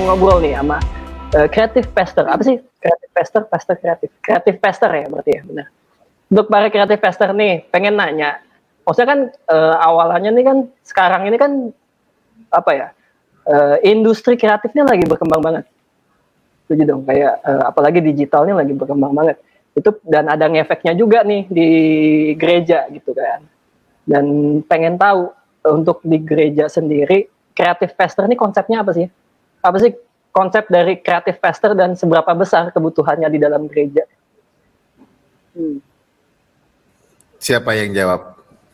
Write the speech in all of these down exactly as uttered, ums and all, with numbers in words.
ngobrol nih sama uh, creative pastor. Apa sih creative pastor? Pastor kreatif. Creative pastor ya berarti ya, benar. Untuk para creative pastor nih, pengen nanya. Maksudnya kan uh, awalannya nih kan sekarang ini kan apa ya? Uh, industri kreatifnya lagi berkembang banget. Setuju dong, kayak uh, apalagi digitalnya lagi berkembang banget. Itu dan ada ngefeknya juga nih di gereja gitu kan. Dan pengen tahu untuk di gereja sendiri creative pastor ini konsepnya apa sih? Apa sih konsep dari creative pastor dan seberapa besar kebutuhannya di dalam gereja? Hmm. Siapa yang jawab?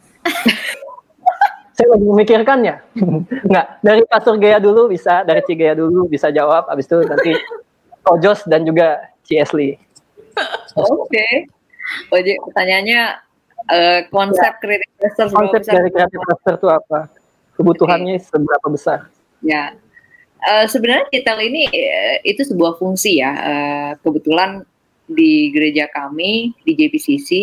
Saya lagi memikirkannya. Enggak, dari Pastor Gaya dulu bisa, dari Ci Gaya dulu bisa jawab, habis itu nanti Kojos dan juga Ci Esli. Oke. Okay. Oke, pertanyaannya uh, konsep ya. Creative pastor konsep dari creative pastor itu apa? Kebutuhannya okay. seberapa besar? Ya. Uh, sebenarnya titel ini uh, itu sebuah fungsi ya. Uh, kebetulan di gereja kami di J P C C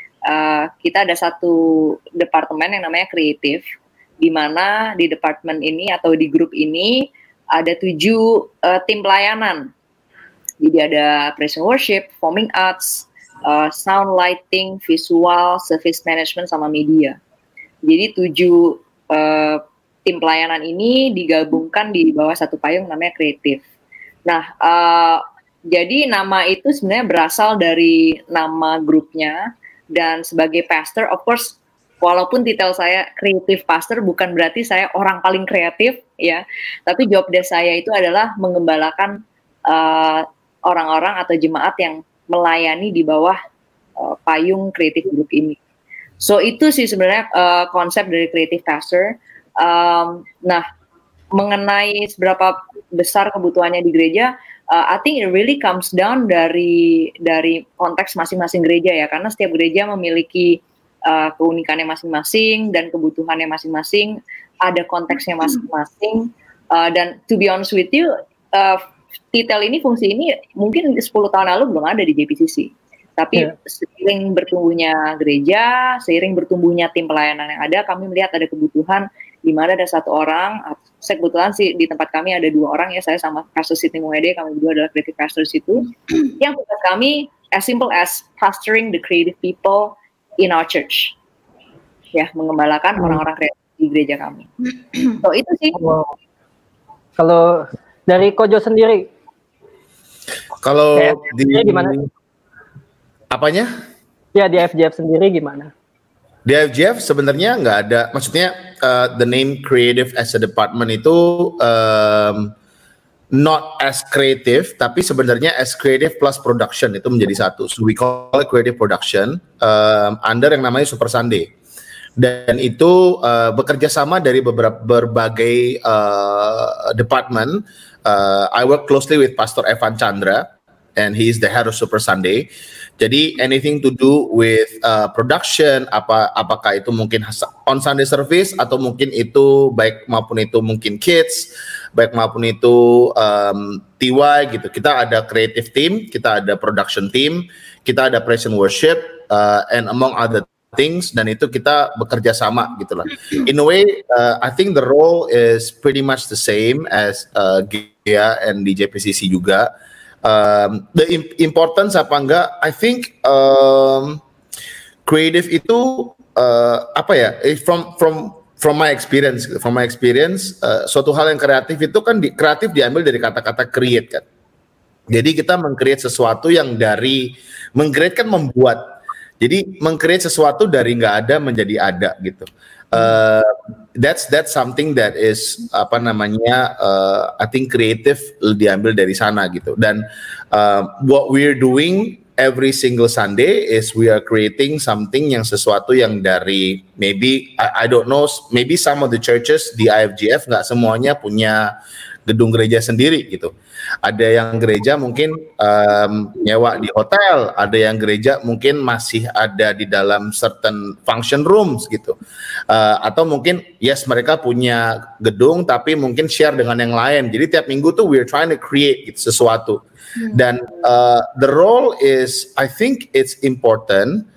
uh, kita ada satu departemen yang namanya kreatif, di mana di departemen ini atau di grup ini ada tujuh uh, tim pelayanan. Jadi ada praise and worship, performing arts, uh, sound lighting, visual, service management, sama media. Jadi tujuh uh, tim pelayanan ini digabungkan di bawah satu payung namanya kreatif. Nah, uh, jadi nama itu sebenarnya berasal dari nama grupnya, dan sebagai pastor, of course, walaupun titel saya creative pastor, bukan berarti saya orang paling kreatif, ya. Tapi job desk saya itu adalah mengembalakan uh, orang-orang atau jemaat yang melayani di bawah uh, payung creative group ini. So itu sih sebenarnya uh, konsep dari creative pastor. Um, nah, mengenai seberapa besar kebutuhannya di gereja, uh, I think it really comes down dari dari konteks masing-masing gereja ya, karena setiap gereja memiliki uh, keunikannya masing-masing dan kebutuhannya masing-masing, ada konteksnya masing-masing, uh, dan to be honest with you, uh, titel ini, fungsi ini mungkin sepuluh tahun lalu belum ada di J P C C. Tapi yeah. seiring bertumbuhnya gereja, seiring bertumbuhnya tim pelayanan yang ada, kami melihat ada kebutuhan di mana ada satu orang, saya kebetulan sih di tempat kami ada dua orang ya, saya sama Pastor Sydney Muhede, kami berdua adalah creative pastors itu, yang tugas kami as simple as pastoring the creative people in our church. Ya, mengembalakan hmm. orang-orang kreatif di gereja kami. So itu sih. Wow. Kalau dari Kojo sendiri, kalau di gimana? Apanya? Ya, di F J F sendiri gimana? Di F J F sebenarnya nggak ada, maksudnya uh, the name creative as a department itu um, not as creative, tapi sebenarnya as creative plus production itu menjadi satu. So we call it creative production um, under yang namanya Super Sunday. Dan itu uh, bekerja sama dari beberapa berbagai uh, department. Uh, I work closely with Pastor Evan Chandra, and he is the head of Super Sunday. Jadi anything to do with uh, production, apa apakah itu mungkin on Sunday service atau mungkin itu baik maupun itu mungkin kids, baik maupun itu um, T Y gitu. Kita ada creative team, kita ada production team, kita ada praise and worship, uh, and among other things, dan itu kita bekerja sama gitu lah. In a way, uh, I think the role is pretty much the same as uh, Gia and di J P C C juga. Um, the imp- importance apa enggak? I think um, creative itu uh, apa ya? From from from my experience, from my experience, uh, suatu hal yang kreatif itu kan di, kreatif diambil dari kata-kata create kan. Jadi kita meng-create sesuatu yang dari meng-create kan membuat. Jadi meng-create sesuatu dari nggak ada menjadi ada gitu. Uh, that's that's something that is apa namanya uh, I think creative diambil dari sana gitu. Dan uh, what we're doing every single Sunday is we are creating something yang sesuatu yang dari maybe I, I don't know, maybe some of the churches di I F G F nggak semuanya punya gedung gereja sendiri gitu. Ada yang gereja mungkin um, nyewa di hotel, ada yang gereja mungkin masih ada di dalam certain function rooms gitu. Uh, atau mungkin yes mereka punya gedung tapi mungkin share dengan yang lain. Jadi tiap minggu tuh we're trying to create gitu, sesuatu. Hmm. Dan uh, the role is I think it's important.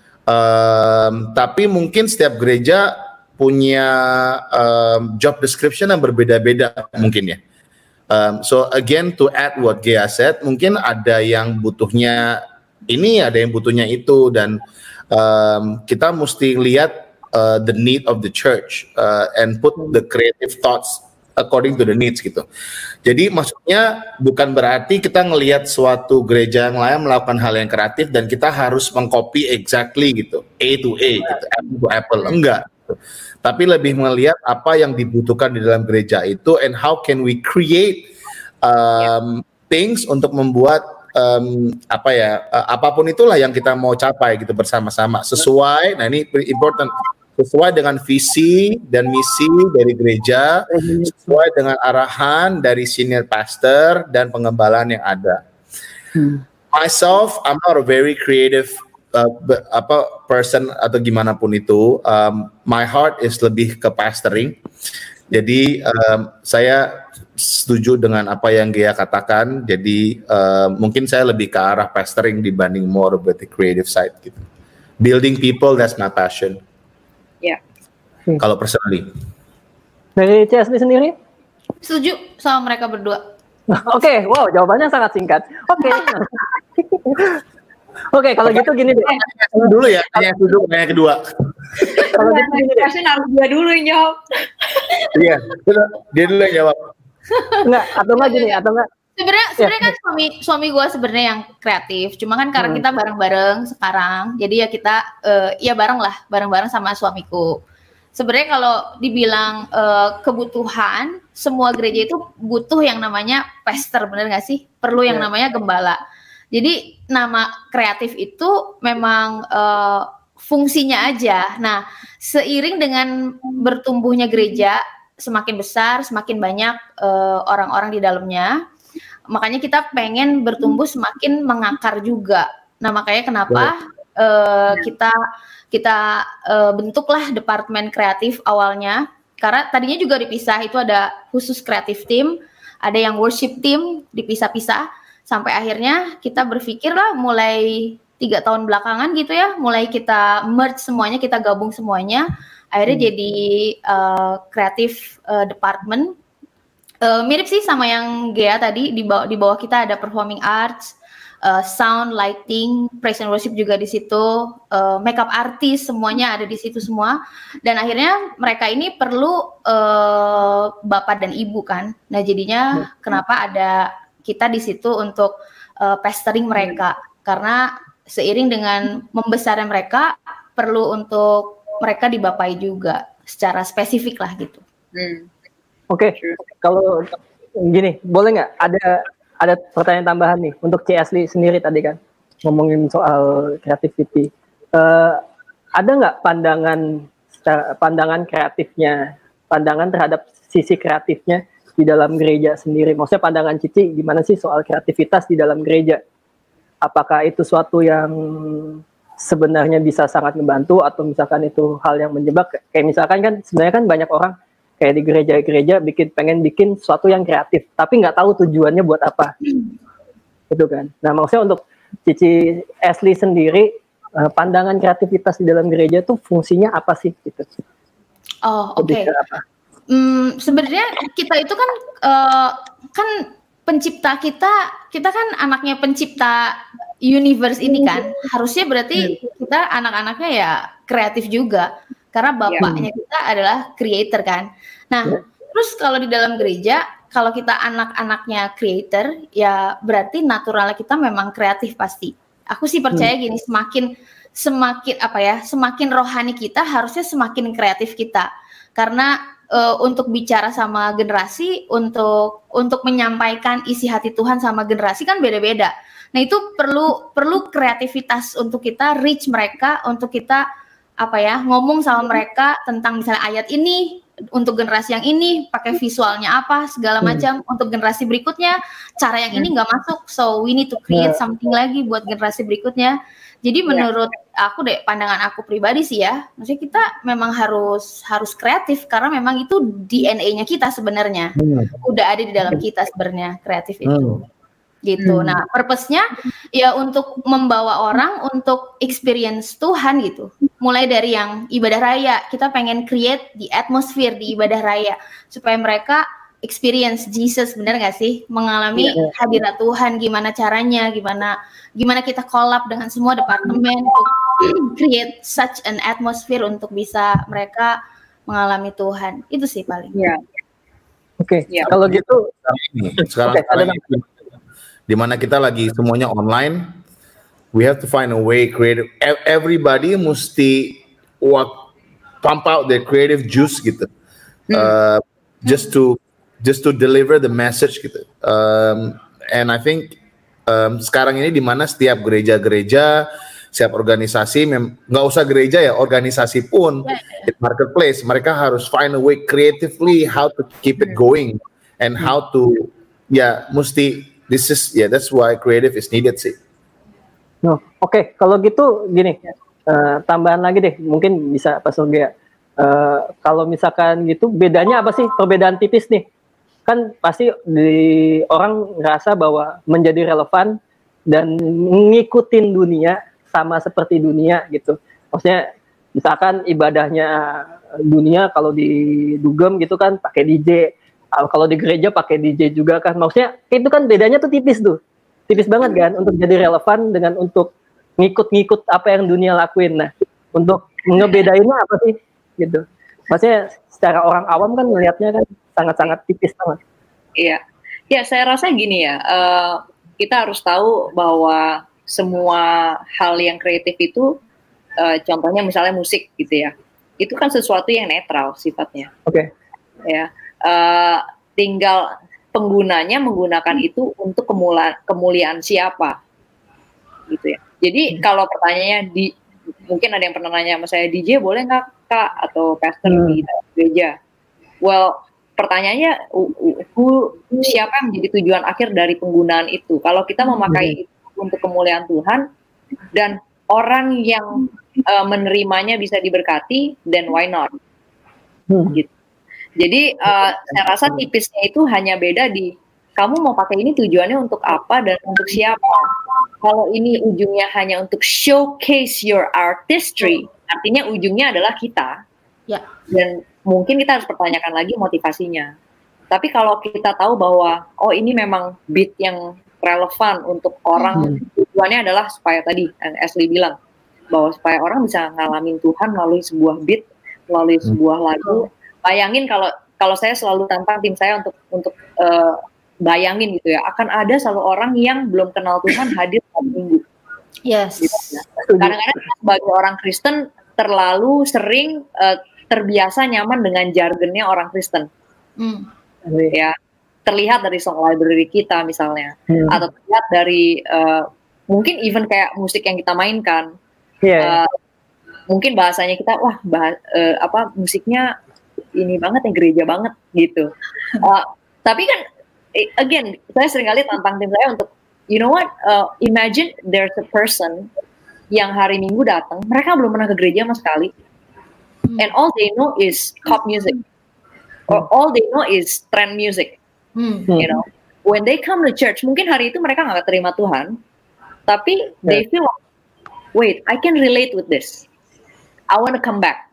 Um, tapi mungkin setiap gereja punya um, job description yang berbeda-beda mungkin ya. Um, so again to add what Gea said, mungkin ada yang butuhnya ini, ada yang butuhnya itu, dan um, kita mesti lihat uh, the need of the church uh, and put the creative thoughts according to the needs gitu. Jadi maksudnya bukan berarti kita ngelihat suatu gereja yang lain melakukan hal yang kreatif dan kita harus mengcopy exactly gitu, A to A gitu, apple to apple, enggak. Tapi lebih melihat apa yang dibutuhkan di dalam gereja itu, and how can we create um, things untuk membuat um, apa ya uh, apapun itulah yang kita mau capai gitu bersama-sama sesuai. Nah ini important, sesuai dengan visi dan misi dari gereja, sesuai dengan arahan dari senior pastor dan pengembalaan yang ada. Hmm. Myself, I'm not a very creative Uh, be, apa person atau gimana pun itu. Um, my heart is lebih ke pastoring. Jadi um, saya setuju dengan apa yang Gea katakan. Jadi uh, mungkin saya lebih ke arah pastoring dibanding more about the creative side gitu. Building people, that's my passion. Ya. Yeah. Kalau personally. Dari C S D sendiri? Setuju sama mereka berdua. Oke, okay, wow, jawabannya sangat singkat. Oke. Okay. Oke, okay, kalau gitu gini deh. Dulu ya, yang dulu, yang kedua. Kalau gitu gini deh. Harus dia dulu yang jawab. Iya, dia dulu yang jawab. Enggak, atau enggak gini, atau enggak. Sebenarnya, sebenarnya kan suami suami gue sebenarnya yang kreatif. Cuma kan karena hmm. kita bareng-bareng sekarang, jadi ya kita uh, ya bareng lah, bareng-bareng sama suamiku. Sebenarnya kalau dibilang uh, kebutuhan, semua gereja itu butuh yang namanya pastor, bener nggak sih? Perlu yang namanya gembala. Jadi nama kreatif itu memang uh, fungsinya aja. Nah, seiring dengan bertumbuhnya gereja semakin besar, semakin banyak uh, orang-orang di dalamnya, makanya kita pengen bertumbuh semakin mengakar juga. Nah, makanya kenapa uh, kita kita uh, bentuklah departemen kreatif awalnya. Karena tadinya juga dipisah, itu ada khusus kreatif team, ada yang worship team, dipisah-pisah. Sampai akhirnya kita berpikir lah mulai tiga tahun belakangan gitu ya, mulai kita merge semuanya, kita gabung semuanya, akhirnya hmm. jadi kreatif uh, uh, department. Uh, mirip sih sama yang Gea tadi, di bawah, di bawah kita ada performing arts, uh, sound, lighting, praise and worship juga di situ, uh, makeup artist, semuanya ada di situ semua. Dan akhirnya mereka ini perlu uh, bapak dan ibu kan. Nah jadinya hmm. kenapa ada kita di situ untuk uh, pastoring mereka, karena seiring dengan membesarnya mereka perlu untuk mereka dibapai juga secara spesifik lah gitu. Hmm. Oke, okay. Kalau gini boleh nggak ada ada pertanyaan tambahan nih untuk C S D sendiri tadi kan ngomongin soal creativity, uh, ada nggak pandangan pandangan kreatifnya, pandangan terhadap sisi kreatifnya di dalam gereja sendiri? Maksudnya pandangan Cici gimana sih soal kreativitas di dalam gereja? Apakah itu suatu yang sebenarnya bisa sangat membantu atau misalkan itu hal yang menjebak? Kayak misalkan kan sebenarnya kan banyak orang kayak di gereja-gereja bikin pengen bikin sesuatu yang kreatif, tapi nggak tahu tujuannya buat apa, gitu kan? Nah maksudnya untuk Cici Ashley sendiri, pandangan kreativitas di dalam gereja tuh fungsinya apa sih? Gitu. Oh oke. Okay. Hmm, sebenarnya kita itu kan uh, kan pencipta kita, kita kan anaknya pencipta universe ini kan, harusnya berarti kita anak-anaknya ya kreatif juga, karena bapaknya kita adalah creator kan. Nah, terus kalau di dalam gereja, kalau kita anak-anaknya creator, ya berarti naturalnya kita memang kreatif pasti. Aku sih percaya gini, semakin semakin apa ya, semakin rohani kita, harusnya semakin kreatif kita, karena Uh, untuk bicara sama generasi, untuk untuk menyampaikan isi hati Tuhan sama generasi kan beda-beda. Nah itu perlu perlu kreativitas untuk kita reach mereka, untuk kita apa ya ngomong sama mereka tentang misalnya ayat ini untuk generasi yang ini pakai visualnya apa segala macam, hmm. untuk generasi berikutnya cara yang ini nggak masuk, so we need to create something lagi buat generasi berikutnya. Jadi menurut aku deh, pandangan aku pribadi sih ya, maksudnya kita memang harus harus kreatif karena memang itu D N A-nya kita sebenarnya, hmm. udah ada di dalam kita sebenarnya kreatif itu, hmm. gitu. Hmm. Nah, purpose-nya ya untuk membawa orang untuk experience Tuhan gitu. Mulai dari yang ibadah raya, kita pengen create di atmosphere di ibadah raya supaya mereka experience Jesus, benar nggak sih? Mengalami yeah. hadirat Tuhan, gimana caranya, gimana gimana kita collab dengan semua departemen untuk create such an atmosphere untuk bisa mereka mengalami Tuhan. Itu sih paling. Yeah. Oke, okay. yeah. Kalau gitu sekarang, okay, sekarang di mana kita lagi semuanya online, we have to find a way creative. Everybody mesti work, pump out their creative juice gitu. Uh, just to just to deliver the message gitu. Um, and I think um, sekarang ini di mana setiap gereja-gereja, setiap organisasi, nggak usah gereja ya, organisasi pun di marketplace mereka harus find a way creatively how to keep it going and how to ya yeah, mesti this is ya yeah, that's why creative is needed sih. No, oke okay. Kalau gitu gini uh, tambahan lagi deh, mungkin bisa Pak Surya. Uh, kalau misalkan gitu, bedanya apa sih, perbedaan tipis nih? Kan pasti di orang ngerasa bahwa menjadi relevan dan ngikutin dunia sama seperti dunia gitu. Maksudnya misalkan ibadahnya dunia kalau di dugem gitu kan pakai D J, kalau di gereja pakai D J juga kan. Maksudnya itu kan bedanya tuh tipis tuh. Tipis banget kan untuk jadi relevan dengan untuk ngikut-ngikut apa yang dunia lakuin. Nah, untuk ngebedainnya apa sih? Gitu. Maksudnya secara orang awam kan melihatnya kan sangat-sangat tipis banget. Iya, ya saya rasa gini ya, uh, kita harus tahu bahwa semua hal yang kreatif itu, uh, contohnya misalnya musik gitu ya, itu kan sesuatu yang netral sifatnya. Oke. Okay. Ya, uh, tinggal penggunanya menggunakan itu untuk kemuliaan, kemuliaan siapa, gitu ya. Jadi hmm. kalau pertanyaannya di mungkin ada yang pernah nanya sama saya, D J boleh nggak Kak atau pastor hmm. di gereja? Well, pertanyaannya who, siapa yang menjadi tujuan akhir dari penggunaan itu? Kalau kita memakai hmm. itu untuk kemuliaan Tuhan dan orang yang uh, menerimanya bisa diberkati, then why not? Hmm. Gitu. Jadi uh, saya rasa tipisnya itu hanya beda di kamu mau pakai ini tujuannya untuk apa dan untuk siapa. Kalau ini ujungnya hanya untuk showcase your artistry, artinya ujungnya adalah kita. Ya. Dan mungkin kita harus pertanyakan lagi motivasinya. Tapi kalau kita tahu bahwa oh ini memang beat yang relevan untuk orang, hmm. tujuannya adalah supaya tadi Ashley bilang bahwa supaya orang bisa ngalamin Tuhan melalui sebuah beat, melalui sebuah lagu. Bayangin kalau kalau saya selalu tantang tim saya untuk untuk uh, bayangin gitu ya, akan ada selalu orang yang belum kenal Tuhan hadir satu minggu. Yes. Gitu, ya. Kadang-kadang sebagai orang Kristen terlalu sering uh, terbiasa nyaman dengan jargonnya orang Kristen. Mm. Ya, terlihat dari song library kita misalnya, mm. atau terlihat dari uh, mungkin even kayak musik yang kita mainkan. Yeah. Uh, mungkin bahasanya kita wah bah, uh, apa musiknya ini banget ya, gereja banget gitu. Uh, tapi kan again, saya sering kali tantang tim saya untuk, you know what, uh, imagine there's a person yang hari Minggu datang, mereka belum pernah ke gereja sama sekali, hmm. and all they know is pop music, or all they know is trend music, hmm. you know. When they come to church, mungkin hari itu mereka nggak terima Tuhan, tapi they feel, wait, I can relate with this, I want to come back,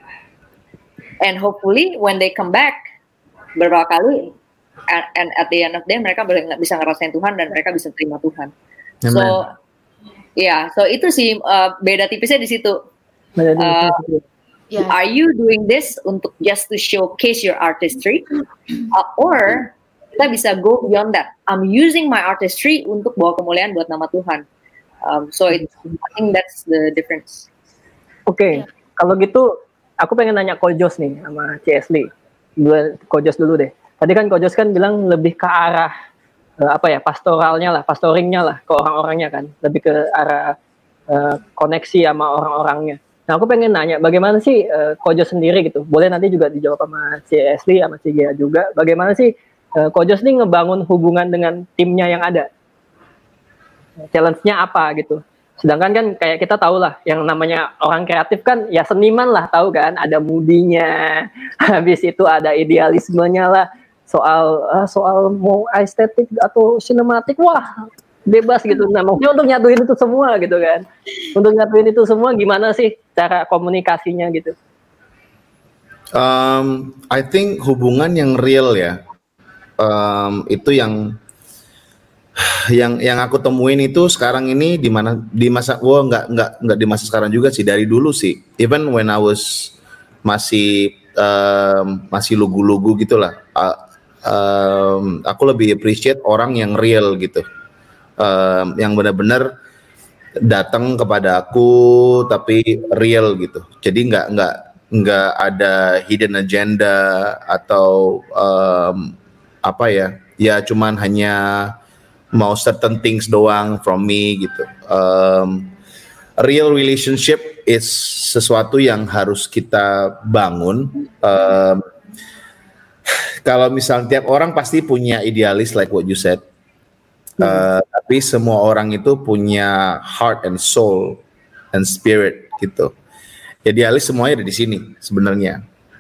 and hopefully when they come back, beberapa kali, And, and at the end of the day mereka bisa ngerasain Tuhan dan mereka bisa terima Tuhan. Amen. So, ya, yeah, so itu sih uh, beda tipisnya di situ. Uh, yeah. Are you doing this untuk just to showcase your artistry, uh, or kita bisa go beyond that? I'm using my artistry untuk bawa kemuliaan buat nama Tuhan. Um, so it, I think that's the difference. Oke, okay. yeah. Kalau gitu aku pengen nanya Kojos nih sama C S Lee. Dua Kojos dulu deh. Tadi kan Kojos kan bilang lebih ke arah uh, apa ya, pastoralnya lah, pastoringnya lah ke orang-orangnya kan, lebih ke arah uh, koneksi sama orang-orangnya. Nah aku pengen nanya bagaimana sih uh, Kojos sendiri gitu, boleh nanti juga dijawab sama C S Lee sama C G A juga, bagaimana sih uh, Kojos nih ngebangun hubungan dengan timnya yang ada, challenge-nya apa gitu. Sedangkan kan kayak kita tahu lah, yang namanya orang kreatif kan ya seniman lah, tahu kan, ada moodinya, habis itu ada idealismenya lah, soal uh, soal mau estetik atau sinematik, wah bebas gitu. Nah maksudnya untuk nyatuin itu semua gitu kan, untuk nyatuin itu semua gimana sih cara komunikasinya gitu? Um, I think hubungan yang real ya, Um, itu yang yang yang aku temuin itu sekarang ini di mana di masa wah nggak nggak nggak di masa sekarang juga sih, dari dulu sih, even when I was masih um, masih lugu-lugu gitulah, uh, um, aku lebih appreciate orang yang real gitu, um, yang benar-benar datang kepada aku tapi real gitu, jadi nggak nggak nggak ada hidden agenda atau um, apa ya ya cuman hanya mau certain things doang from me gitu. Um, real relationship is sesuatu yang harus kita bangun. Um, kalau misalnya tiap orang pasti punya idealis like what you said, uh, hmm. tapi semua orang itu punya heart and soul and spirit gitu. Idealis semuanya ada di sini sebenarnya.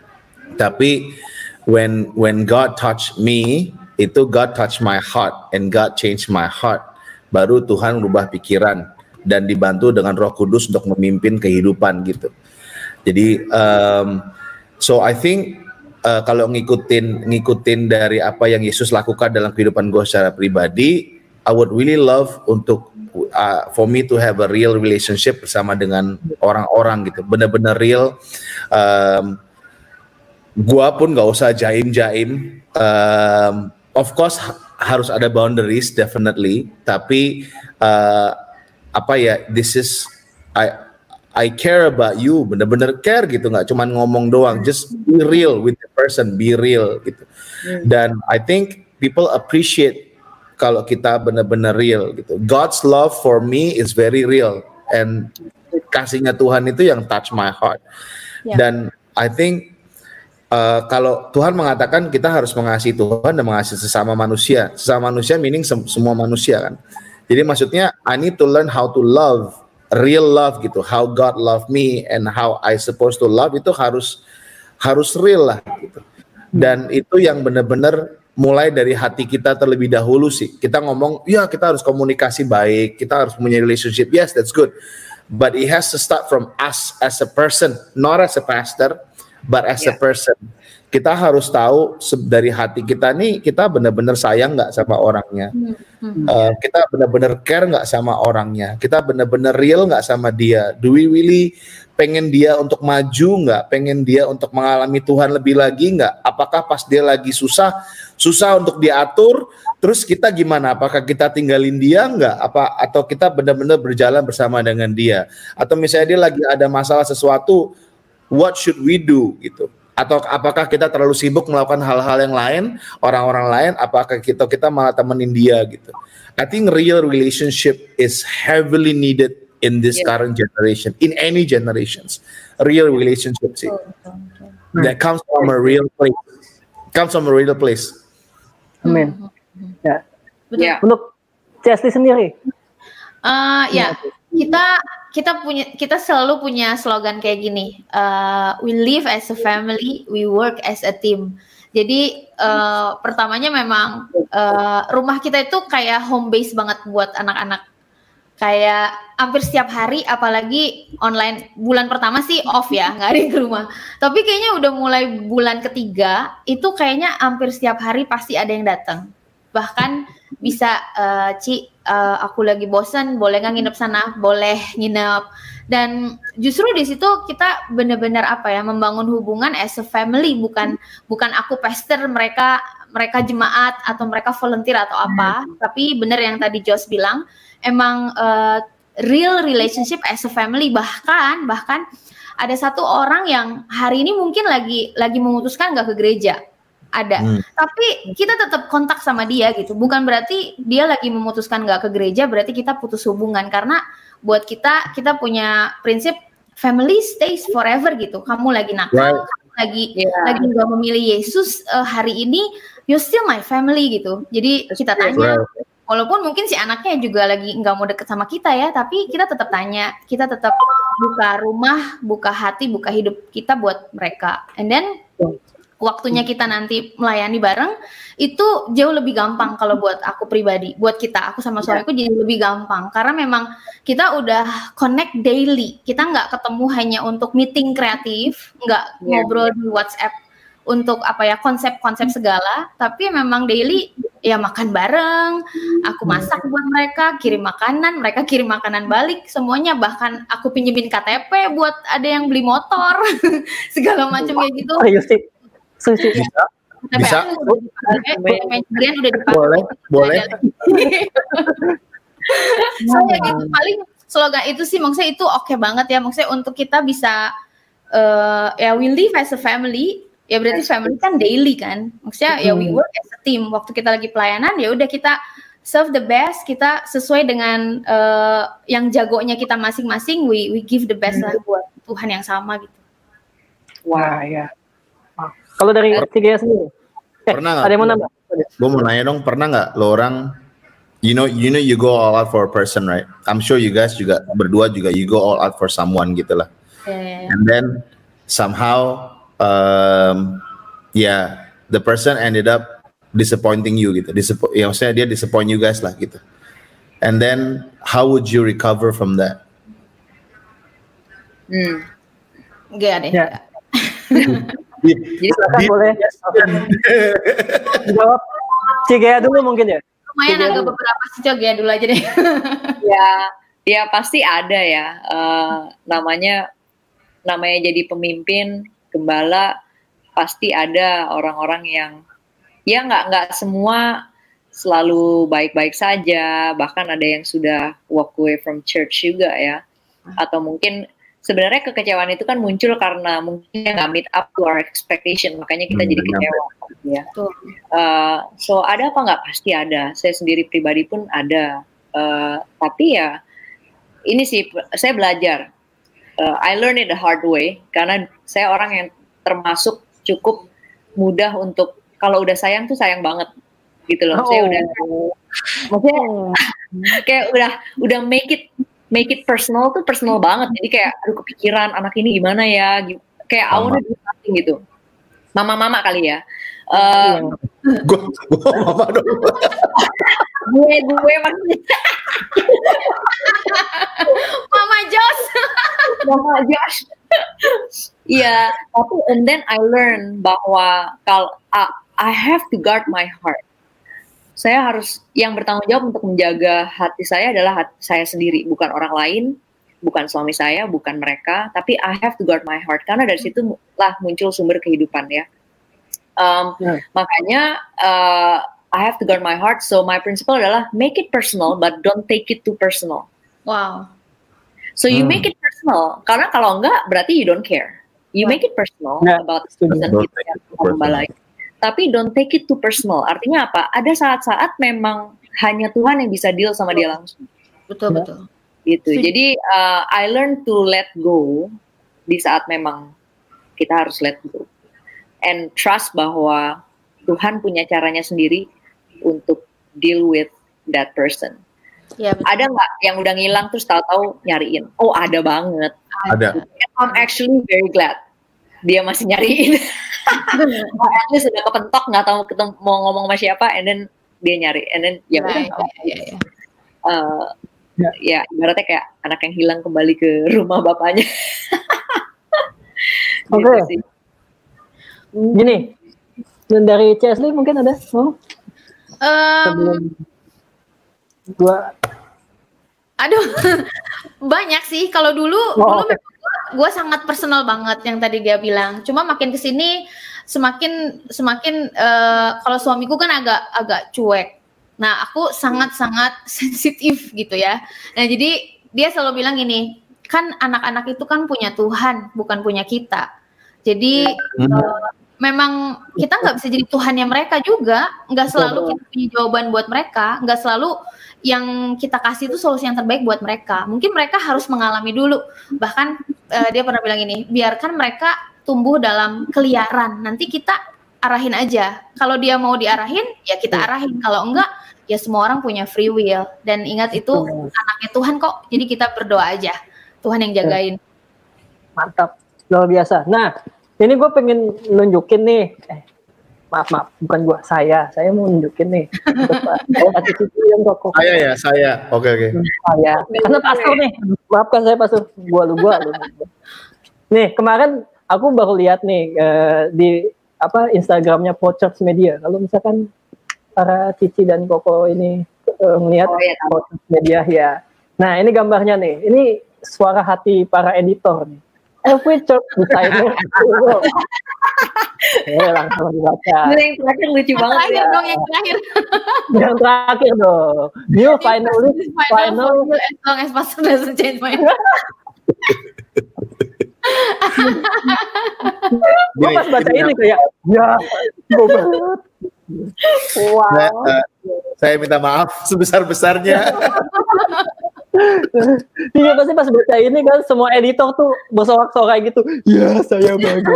Tapi when when God touch me, itu God touch my heart and God change my heart. Baru Tuhan merubah pikiran dan dibantu dengan Roh Kudus untuk memimpin kehidupan gitu. Jadi um, so I think uh, kalau ngikutin ngikutin dari apa yang Yesus lakukan dalam kehidupan gue secara pribadi, I would really love untuk uh, for me to have a real relationship bersama dengan orang-orang gitu, benar-benar real. Um, gua pun nggak usah jaim-jaim. Um, Of course harus ada boundaries definitely, tapi uh, apa ya, this is I I care about you, bener-bener care gitu, nggak cuma ngomong doang, just be real with the person, be real gitu. Dan I think people appreciate kalau kita bener-bener real gitu. God's love for me is very real, and kasihnya Tuhan itu yang touch my heart. Yeah. Dan I think Uh, kalau Tuhan mengatakan kita harus mengasihi Tuhan dan mengasihi sesama manusia, sesama manusia meaning sem- semua manusia kan. Jadi maksudnya I need to learn how to love, real love gitu, how God love me and how I supposed to love, itu harus harus real lah gitu. Dan itu yang benar-benar mulai dari hati kita terlebih dahulu sih. Kita ngomong, ya kita harus komunikasi baik, kita harus punya relationship, yes that's good. But it has to start from us as a person, not as a pastor, but as yeah. a person. Kita harus tahu dari hati kita nih, kita benar-benar sayang nggak sama orangnya, mm-hmm. uh, kita benar-benar care nggak sama orangnya, kita benar-benar real nggak sama dia. Do we really pengen dia untuk maju nggak? Pengen dia untuk mengalami Tuhan lebih lagi nggak? Apakah pas dia lagi susah, susah untuk diatur, terus kita gimana? Apakah kita tinggalin dia nggak? Apa atau kita benar-benar berjalan bersama dengan dia? Atau misalnya dia lagi ada masalah sesuatu, what should we do gitu? Atau apakah kita terlalu sibuk melakukan hal-hal yang lain, orang-orang lain, apakah kita kita malah temenin dia gitu? I think real relationship is heavily needed in this yeah. current generation, in any generations. Real relationship sih. That comes from a real place. Comes from a real place. Amin. Ya. Yeah. Untuk Chesley sendiri. Uh, ya. Yeah. Kita kita punya kita selalu punya slogan kayak gini, uh, we live as a family, we work as a team. Jadi uh, pertamanya memang uh, rumah kita itu kayak home base banget buat anak-anak. Kayak hampir setiap hari, apalagi online. Bulan pertama sih off ya, nggak ada yang ke rumah. Tapi kayaknya udah mulai bulan ketiga itu kayaknya hampir setiap hari pasti ada yang datang. Bahkan bisa uh, Ci, uh, aku lagi bosan, boleh nggak nginep sana? Boleh nginep. Dan justru di situ kita benar-benar apa ya, membangun hubungan as a family, bukan bukan aku pastor, mereka mereka jemaat atau mereka volunteer atau apa. Hmm. Tapi benar yang tadi Jos bilang, emang uh, real relationship as a family. Bahkan bahkan ada satu orang yang hari ini mungkin lagi lagi memutuskan nggak ke gereja. Ada, hmm. tapi kita tetap kontak sama dia gitu. Bukan berarti dia lagi memutuskan nggak ke gereja, berarti kita putus hubungan. Karena buat kita, kita punya prinsip family stays forever gitu. Kamu lagi nakal, right. kamu lagi yeah. lagi nggak memilih Yesus uh, hari ini, you're still my family gitu. Jadi kita tanya, right. walaupun mungkin si anaknya juga lagi nggak mau deket sama kita ya, tapi kita tetap tanya, kita tetap buka rumah, buka hati, buka hidup kita buat mereka. And then waktunya kita nanti melayani bareng itu jauh lebih gampang kalau buat aku pribadi, buat kita, aku sama suamiku yeah. jadi lebih gampang karena memang kita udah connect daily, kita nggak ketemu hanya untuk meeting kreatif, nggak yeah. ngobrol di WhatsApp untuk apa ya konsep-konsep segala, tapi memang daily ya makan bareng, aku masak buat mereka, kirim makanan, mereka kirim makanan balik, semuanya, bahkan aku pinjemin K T P buat ada yang beli motor, segala macam kayak gitu. Oh, iya sih. Susi. Bisa. Bisa. Kalian udah dipakai. Boleh, boleh. So ya gitu, paling slogan itu sih maksudnya itu oke okay banget ya, maksudnya untuk kita bisa uh, ya we live as a family. Ya berarti family kan daily kan, maksudnya ya we work as a team. Waktu kita lagi pelayanan ya udah kita serve the best, kita sesuai dengan uh, yang jagonya kita masing-masing, we we give the best lah buat Tuhan yang sama gitu. Wah ya. Kalau dari Tiga sendiri, eh, pernah nggak? Ada yang mau nambah? Gue mau nanya dong, pernah nggak lo orang, you know, you know you go all out for a person, right? I'm sure you guys juga berdua juga you go all out for someone gitu lah. Yeah, yeah, yeah. And then somehow Um, yeah, the person ended up disappointing you gitu. Disappoint, ya maksudnya dia disappoint you guys lah gitu. And then how would you recover from that? Hmm, gak deh. Ya. Jadi Silakan boleh jawab Cigea dulu mungkin ya. Lumayan agak beberapa sih, Cigea dulu aja deh. Ya, ya pasti ada ya. Uh, namanya namanya jadi pemimpin, gembala, pasti ada orang-orang yang ya nggak nggak semua selalu baik-baik saja, bahkan ada yang sudah walk away from church juga ya, atau mungkin sebenarnya kekecewaan itu kan muncul karena mungkin nggak meet up to our expectation, makanya kita hmm, jadi kecewa ya. Uh, so ada apa nggak? Pasti ada. Saya sendiri pribadi pun ada, uh, tapi ya ini sih saya belajar. Uh, I learned it the hard way karena saya orang yang termasuk cukup mudah untuk kalau udah sayang tuh sayang banget gitu loh. Oh. Saya udah maksudnya kayak udah udah make it make it personal tuh personal banget. Jadi kayak aduh kepikiran anak ini gimana ya, kayak awalnya gitu. Mama-mama kali ya. Uh, gue gue mama dong. gue gue maksudnya Mama Josh. Mama Josh. Iya, tapi and then I learn bahwa kalau uh, I have to guard my heart. Saya harus yang bertanggung jawab untuk menjaga hati saya adalah hati saya sendiri, bukan orang lain, bukan suami saya, bukan mereka, tapi I have to guard my heart karena dari situ lah muncul sumber kehidupan ya. Um, yeah. Makanya uh, I have to guard my heart. So my principle adalah make it personal, but don't take it too personal. Wow. So you hmm. make it personal. Karena kalau enggak, berarti you don't care. You wow. make it personal yeah. about the person gitu yang membalai. Tapi don't take it too personal. Artinya apa? Ada saat-saat memang hanya Tuhan yang bisa deal sama dia langsung. Betul ya. betul. Gitu. So, jadi uh, I learn to let go di saat memang kita harus let go. And trust bahwa Tuhan punya caranya sendiri untuk deal with that person. Ya, ada nggak yang udah ngilang terus tahu-tahu nyariin? Oh ada banget. Ada. I'm actually very glad dia masih nyariin. At least sudah kepentok nggak tahu ketemu, mau ngomong sama siapa, and then dia nyari, and then ya udah. Right, yeah, yeah, yeah. Uh, ya. ya ibaratnya kayak anak yang hilang kembali ke rumah bapaknya. Oke. Okay. Gitu gini, dari Chesley mungkin ada? Oh? Um, gua aduh banyak sih. Kalau dulu oh, dulu okay. gue sangat personal banget yang tadi dia bilang. Cuma makin kesini semakin semakin uh, kalau suamiku kan agak agak cuek. Nah aku sangat sangat sensitif gitu ya. Nah jadi dia selalu bilang gini, kan anak-anak itu kan punya Tuhan, bukan punya kita. Jadi hmm. uh, memang kita nggak bisa jadi Tuhannya mereka juga, nggak selalu kita punya jawaban buat mereka, nggak selalu yang kita kasih itu solusi yang terbaik buat mereka. Mungkin mereka harus mengalami dulu. Bahkan uh, dia pernah bilang ini, biarkan mereka tumbuh dalam keliaran, nanti kita arahin aja. Kalau dia mau diarahin, ya kita arahin. Kalau enggak, ya semua orang punya free will. Dan ingat itu anaknya Tuhan kok, jadi kita berdoa aja, Tuhan yang jagain. Mantap, luar biasa. Nah, ini gue pengen nunjukin nih, eh, maaf maaf, bukan gue, saya, saya mau nunjukin nih. Saya kasih cucu yang rokok. Saya ya, saya, oke oke. Saya, karena pastor nih, maafkan saya pastor, gue lu gue lu. Nih kemarin aku baru lihat nih uh, di apa Instagramnya Pochers Media. Kalau misalkan para Cici dan Koko ini uh, melihat oh, iya, Pochers Media ya. Nah ini gambarnya nih. Ini suara hati para editor nih. Every church designer. Eh langsung dibaca. Yang terakhir lucu yang banget terakhir ya. dong, yang terakhir. Yang terakhir dong. You finally final final as long as pastor doesn't change my mind. Gue pas baca ini kayak ya gue banget. Wow. Nah, uh, saya minta maaf sebesar-besarnya. Iya pasti pas baca ini kan semua editor tuh bersorak-sorai gitu. Ya saya bagus.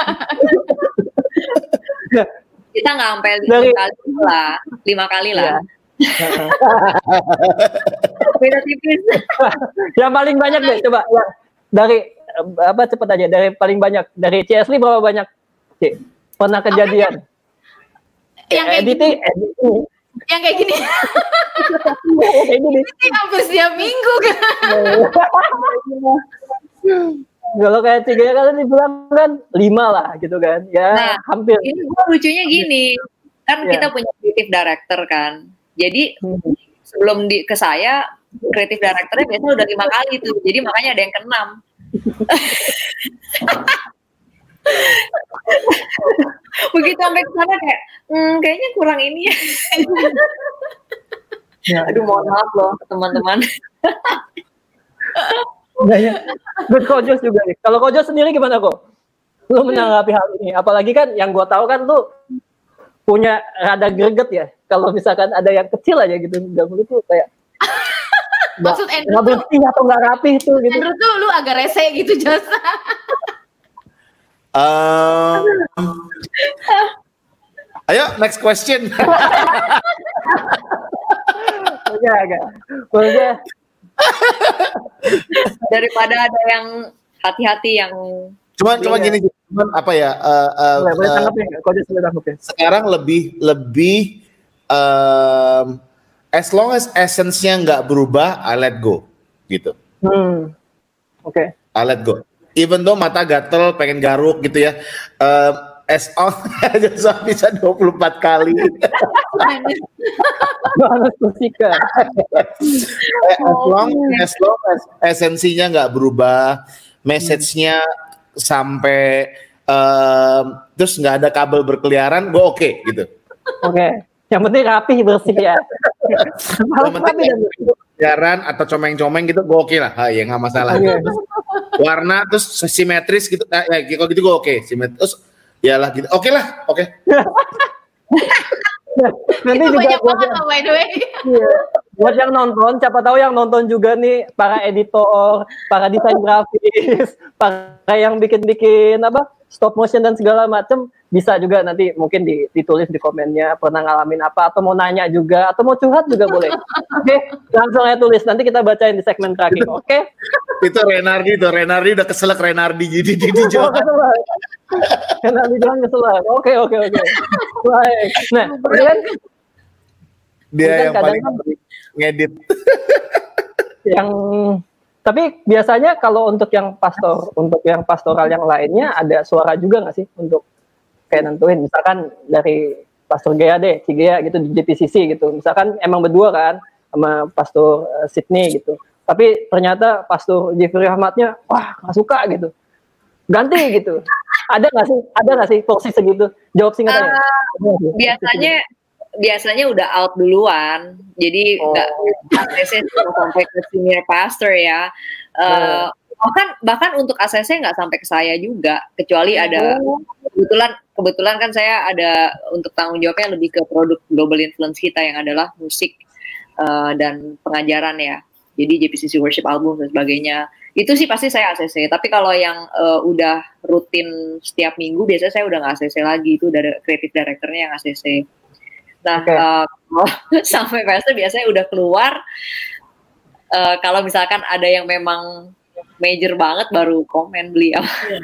Nah, kita nggak sampai lima dari, kali lah, lima kali lah. Ya. Beda tipis. Yang paling banyak deh coba ya, dari apa cepet aja dari paling banyak dari C S L berapa banyak C pernah kejadian? Yang kayak editing, gini. editing. Yang kayak gini. Kayak gini. Ini hampir setiap minggu kan. Kalau kayak tiga kan dibilang kan lima lah gitu kan. Ya nah, hampir. Ini gua lucunya gini. Kan yeah. kita punya creative director kan. Jadi hmm. sebelum di ke saya creative directornya biasanya udah lima kali tuh. Jadi makanya ada yang keenam. Begitu sampai ke sana kayak hmm, kayaknya kurang ini ya. Ya. Aduh mohon maaf loh teman-teman. Nah, ya. Good Kojos juga nih. Kalau Kojos sendiri gimana kok? Lu menanggapi hal ini? Apalagi kan yang gue tahu kan lu punya rada greget ya. Kalau misalkan ada yang kecil aja gitu, gambar tuh kayak maksud Andrew nggak bersih atau nggak rapi itu gitu. Andrew tuh lu agak rese gitu jasa. Um, ayo next question. Oke, oke. Maksudnya daripada ada yang hati-hati yang cuman cuma gini cuman apa ya uh, uh, uh, uh, sekarang lebih lebih um, as long as essence-nya nggak berubah, I let go gitu. Hmm. Oke. Okay. I let go. Even though mata gatel, pengen garuk gitu ya. Uh, as on aja bisa dua puluh empat kali. Harus musika. As long as long as esensinya nggak berubah, message-nya sampai um, terus nggak ada kabel berkeliaran, gue oke okay, gitu. Oke. Okay. Yang penting rapi bersih ya. Yang penting berkeliaran atau comeng-comeng gitu, gue oke okay lah. Ha, ya nggak masalah. Okay. Warna terus simetris gitu, nah, ya kalau gitu gue oke. Okay. Simetris, terus ya lah gitu. Oke okay lah, oke. Okay. Nah, nanti itu juga banyak buat banget yang, by the way. Iya, buat yang nonton, siapa tahu yang nonton juga nih para editor, para desain grafis, para yang bikin-bikin apa stop motion dan segala macam, bisa juga nanti mungkin ditulis di komennya pernah ngalamin apa atau mau nanya juga atau mau curhat juga boleh. Oke, okay? Langsung aja tulis, nanti kita bacain di segmen terakhir. Oke? Okay? Itu Renardi tuh, Renardi udah keselak Renardi jadi di di jawab. Renardi jangan keselak. Oke oke oke. Baik. Nah, kemudian dia yang paling kan, ngedit. Yang tapi biasanya kalau untuk yang pastor, untuk yang pastoral yang lainnya ada suara juga nggak sih untuk kayak nentuin, misalkan dari Pastor Gea deh, si Gea gitu di J P C C gitu, misalkan emang berdua kan sama Pastor uh, Sydney gitu, tapi ternyata Pastor Jeffrey Ahmadnya wah nggak suka gitu, ganti gitu, ada nggak sih, ada nggak sih porsi segitu? Jawab singkat aja. Uh, biasanya biasanya udah out duluan, jadi nggak oh. A C C sampai ke senior pastor ya. Uh, hmm. bahkan bahkan untuk A C C nggak sampai ke saya juga, kecuali ada oh. kebetulan kebetulan kan saya ada untuk tanggung jawabnya lebih ke produk global influence kita yang adalah musik uh, dan pengajaran ya. Jadi J P C C worship album dan sebagainya. Itu sih pasti saya A C C. Tapi kalau yang uh, udah rutin setiap minggu, biasanya saya udah nggak A C C lagi, itu dari creative directornya yang A C C. Nah, okay. uh, sampai pastor biasanya udah keluar. Uh, kalau misalkan ada yang memang major banget, baru komen beliau.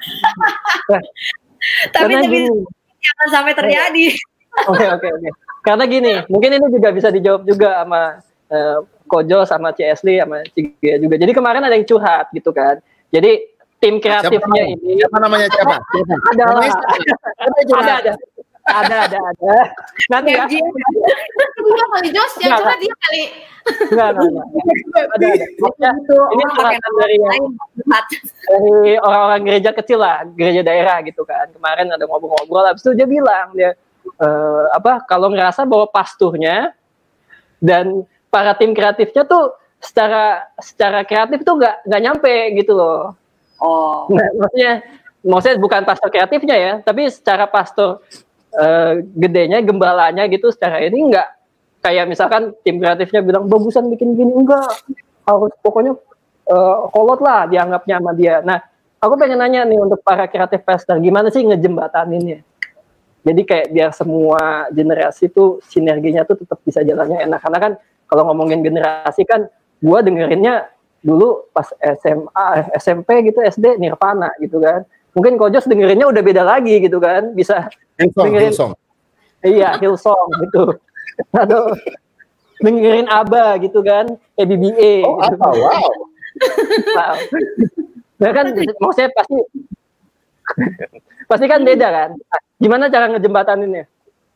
Tapi tapi jangan sampai terjadi. Oke oke oke. Karena gini, mungkin ini juga bisa dijawab juga sama uh, Kojo sama C S L sama Cigia juga. Jadi kemarin ada yang curhat gitu kan. Jadi tim kreatifnya siapa, ini. Siapa namanya siapa? siapa? Ada lah. Namanya siapa? Ada ada. Ada ada ada. Nanti ya. Dia kali Jos, ya coba dia kali. Enggak, enggak, enggak. Ada ada. Maksudnya, Itu ini orang pakai perasaan dari lain. dari orang-orang gereja kecil lah, gereja daerah gitu kan. Kemarin ada ngobrol-ngobrol, habis itu dia bilang dia eh, apa kalau ngerasa bahwa pasturnya dan para tim kreatifnya tuh secara secara kreatif tuh nggak nggak nyampe gitu loh. Oh. Nah, maksudnya maksudnya bukan pastor kreatifnya ya, tapi secara pastor eh, gedenya, gembalanya gitu secara ini nggak kayak misalkan tim kreatifnya bilang bagusan bikin gini, enggak, harus pokoknya eh, kolot lah dianggapnya sama dia. Nah, aku pengen nanya nih untuk para kreatif pastor, gimana sih ngejembataninnya? Jadi kayak biar semua generasi tuh sinerginya tuh tetap bisa jalannya enak. Karena kan kalau ngomongin generasi kan, gua dengerinnya dulu pas S M A, S M P gitu, S D Nirvana gitu kan. Mungkin Kojos dengerinnya udah beda lagi gitu kan, bisa Hillsong, dengerin, Hillsong. Iya, Hillsong gitu. Atau dengerin ABBA gitu kan, E B B A. Oh, gitu. apa? Wow. Wow. Nah kan, maksudnya pasti pasti kan beda kan. Gimana cara ngejembataninnya?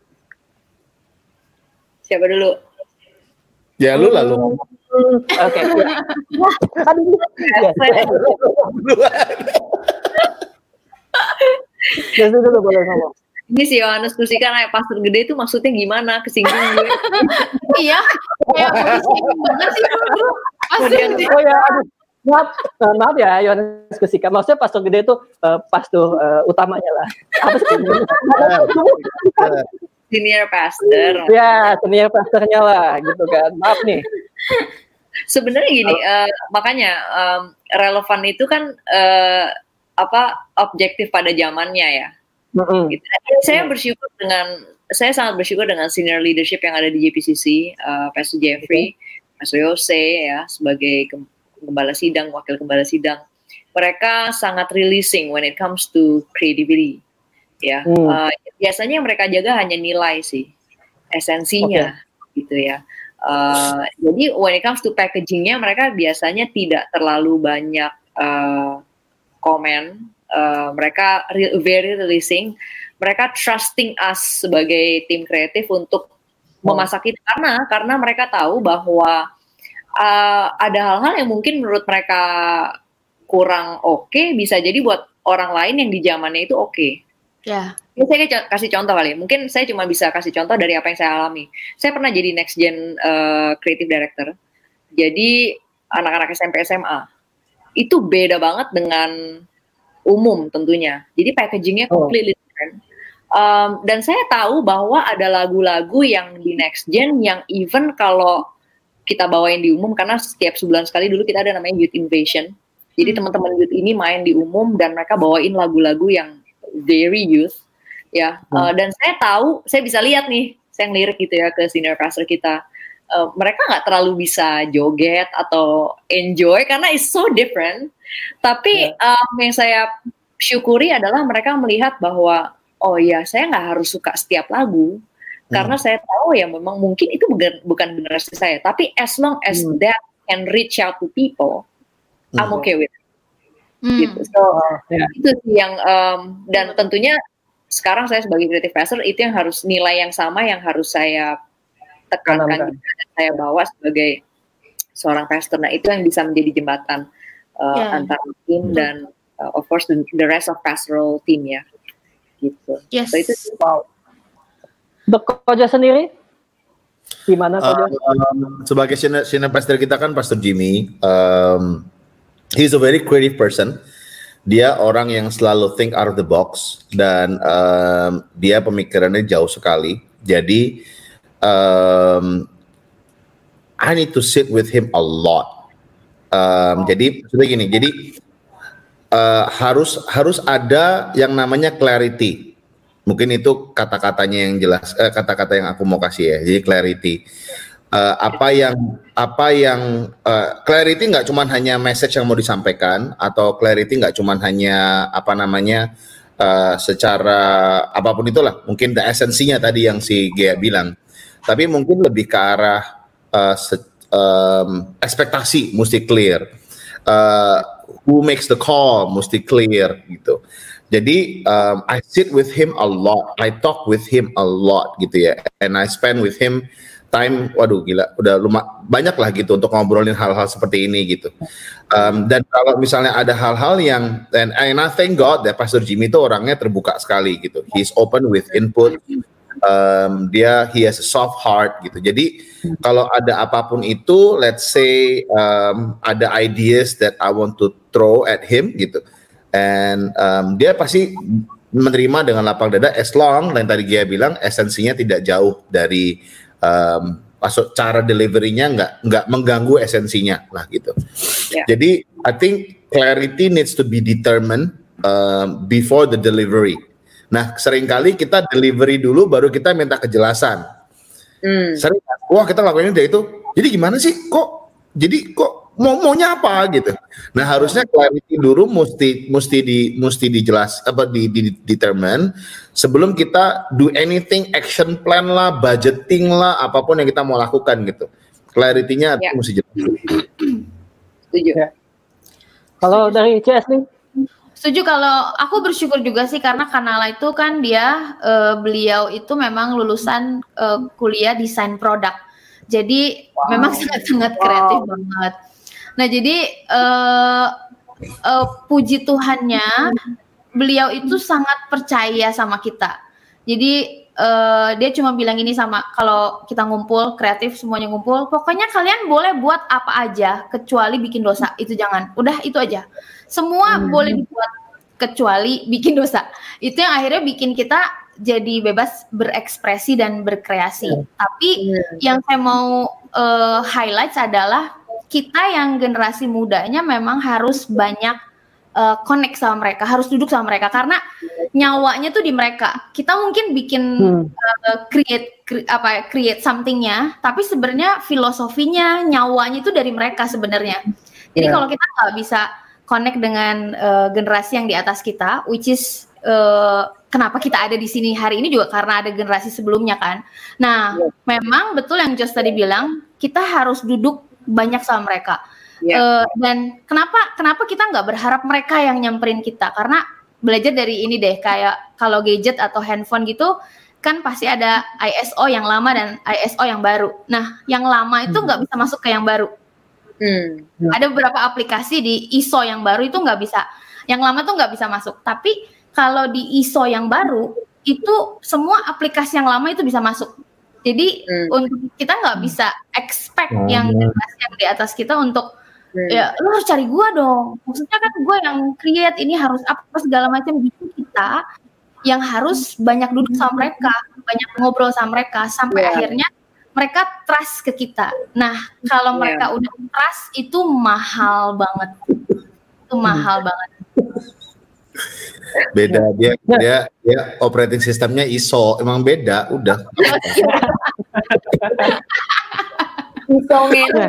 Siapa dulu? Ya lu lalu ngomong. Oke. Aduh. Ya. Jadi dulu boleh ngomong. Ini si Yohanes Kusika kayak pastor gede itu maksudnya gimana? Kesinggung gue. Iya, kayak mau disinggung banget sih dulu. Asli. Oh ya, aduh. Maaf, uh, maaf ya Yohanes Kusika. Maksudnya pastor gede itu uh, pastor uh, utamanya lah. Apa sih? Senior pastor. Ya, senior pastornya lah gitu kan. Maaf nih. Sebenarnya gini, uh, makanya um, relevan itu kan uh, apa objektif pada zamannya ya. Mm-hmm. Gitu. Saya bersyukur dengan saya sangat bersyukur dengan senior leadership yang ada di J P C C, uh, Pastor Jeffrey, mm-hmm. Pastor Yose ya sebagai gembala sidang, wakil gembala sidang. Mereka sangat releasing when it comes to creativity. Ya, mm. uh, biasanya yang mereka jaga hanya nilai sih, esensinya, okay. gitu ya. Uh, jadi when it comes to packagingnya mereka biasanya tidak terlalu banyak uh, komen. Uh, mereka re- very releasing, mereka trusting us sebagai tim kreatif untuk oh. memasak itu karena karena mereka tahu bahwa uh, ada hal-hal yang mungkin menurut mereka kurang oke okay, bisa jadi buat orang lain yang di zamannya itu oke. Okay. Ya. Ini saya kasih contoh kali. Mungkin saya cuma bisa kasih contoh dari apa yang saya alami. Saya pernah jadi next gen uh, creative director. Jadi anak-anak S M P S M A itu beda banget dengan umum tentunya. Jadi packagingnya completely oh. different. Um, dan saya tahu bahwa ada lagu-lagu yang di next gen yang even kalau kita bawain di umum, karena setiap sebulan sekali dulu kita ada namanya Youth Invasion. Jadi hmm. teman-teman youth ini main di umum dan mereka bawain lagu-lagu yang very youth. Ya, hmm. uh, dan saya tahu, saya bisa lihat nih, saya ngelirik gitu ya ke senior pastor kita. Uh, mereka nggak terlalu bisa joget atau enjoy karena it's so different. Tapi yeah. um, yang saya syukuri adalah mereka melihat bahwa oh ya saya nggak harus suka setiap lagu hmm. karena saya tahu ya memang mungkin itu bukan bukan generasi saya. Tapi as long as hmm. that can reach out to people, hmm. I'm okay with it. Hmm. Gitu. So yeah. itu sih yang um, dan tentunya sekarang saya sebagai creative pastor itu yang harus nilai yang sama yang harus saya tekankan juga dan saya bawa sebagai seorang pastor. Nah itu yang bisa menjadi jembatan uh, yeah. antara tim hmm. dan uh, of course the, the rest of pastoral team ya gitu. Yes. So itu wow. Untuk Koja sendiri gimana Koja? Uh, um, sebagai senior, senior pastor kita kan Pastor Jimmy, um, he's a very creative person. Dia orang yang selalu think out of the box dan um, dia pemikirannya jauh sekali. Jadi Um, I need to sit with him a lot. Um, oh. Jadi sudah gini. Jadi uh, harus harus ada yang namanya clarity. Mungkin itu kata-katanya yang jelas. Eh, kata-kata yang aku mau kasih ya. Jadi clarity. Uh, apa yang apa yang uh, clarity nggak cuma hanya message yang mau disampaikan atau clarity nggak cuma hanya apa namanya uh, secara apapun itulah. Mungkin the esensinya tadi yang si Gia bilang. Tapi mungkin lebih ke arah uh, se- um, ekspektasi mesti clear. Uh, who makes the call mesti clear gitu. Jadi um, I sit with him a lot, I talk with him a lot gitu ya, and I spend with him time, waduh gila, udah lumayan banyak lah gitu untuk ngobrolin hal-hal seperti ini gitu. Um, dan kalau misalnya ada hal-hal yang, and, and I thank God that Pastor Jimmy itu orangnya terbuka sekali gitu, he's open with input, um, dia he has a soft heart gitu. Jadi kalau ada apapun itu, let's say um, ada ideas that I want to throw at him gitu. And um, dia pasti menerima dengan lapang dada as long, dan tadi dia bilang esensinya tidak jauh dari um, masuk cara deliverynya nggak nggak mengganggu esensinya lah gitu. Yeah. Jadi I think clarity needs to be determined um, before the delivery. Nah seringkali kita delivery dulu baru kita minta kejelasan. Mm. Sering, wah kita lakuin ini itu. Jadi gimana sih kok? Jadi kok mau maunya apa gitu. Nah harusnya clarity dulu mesti mesti di mesti dijelas apa di, di determine sebelum kita do anything, action plan lah, budgeting lah, apapun yang kita mau lakukan gitu. Clarity-nya ya. Mesti jelas. Setuju. Ya. Kalau dari C S nih? Setuju. Kalau aku bersyukur juga sih karena Kanala itu kan dia uh, beliau itu memang lulusan uh, kuliah desain produk. Jadi wow. memang sangat-sangat wow. kreatif banget. Nah jadi uh, uh, puji Tuhannya beliau itu sangat percaya sama kita. Jadi uh, dia cuma bilang ini sama kalau kita ngumpul kreatif semuanya ngumpul, pokoknya kalian boleh buat apa aja kecuali bikin dosa, itu jangan. Udah itu aja. Semua hmm. boleh dibuat kecuali bikin dosa. Itu yang akhirnya bikin kita jadi bebas berekspresi dan berkreasi. Hmm. Tapi hmm. yang saya mau uh, highlight adalah kita yang generasi mudanya memang harus banyak uh, connect sama mereka, harus duduk sama mereka karena nyawanya tuh di mereka. Kita mungkin bikin hmm. uh, create cre- apa create somethingnya, tapi sebenarnya filosofinya, nyawanya itu dari mereka sebenarnya. Jadi yeah. kalau kita nggak bisa connect dengan uh, generasi yang di atas kita, which is uh, kenapa kita ada di sini hari ini juga karena ada generasi sebelumnya kan. Nah, yeah. memang betul yang Jos tadi bilang, kita harus duduk banyak sama mereka. Yeah. Uh, dan kenapa kenapa kita nggak berharap mereka yang nyamperin kita? Karena belajar dari ini deh, kayak kalau gadget atau handphone gitu kan pasti ada I S O yang lama dan I S O yang baru. Nah, yang lama itu nggak hmm. bisa masuk ke yang baru. Hmm. Ada beberapa aplikasi di I S O yang baru itu nggak bisa, yang lama tuh nggak bisa masuk. Tapi kalau di I S O yang baru itu semua aplikasi yang lama itu bisa masuk. Jadi hmm. untuk kita nggak bisa expect hmm. yang generasi yang di atas kita untuk hmm. ya lu harus cari gua dong. Maksudnya kan gua yang create ini harus apa segala macam gitu. Kita yang harus banyak duduk sama mereka, banyak ngobrol sama mereka sampai yeah. akhirnya mereka trust ke kita. Nah kalau mereka yeah. udah trust itu mahal banget, itu mahal hmm. banget. Beda dia dia dia operating sistemnya I S O emang beda udah. I S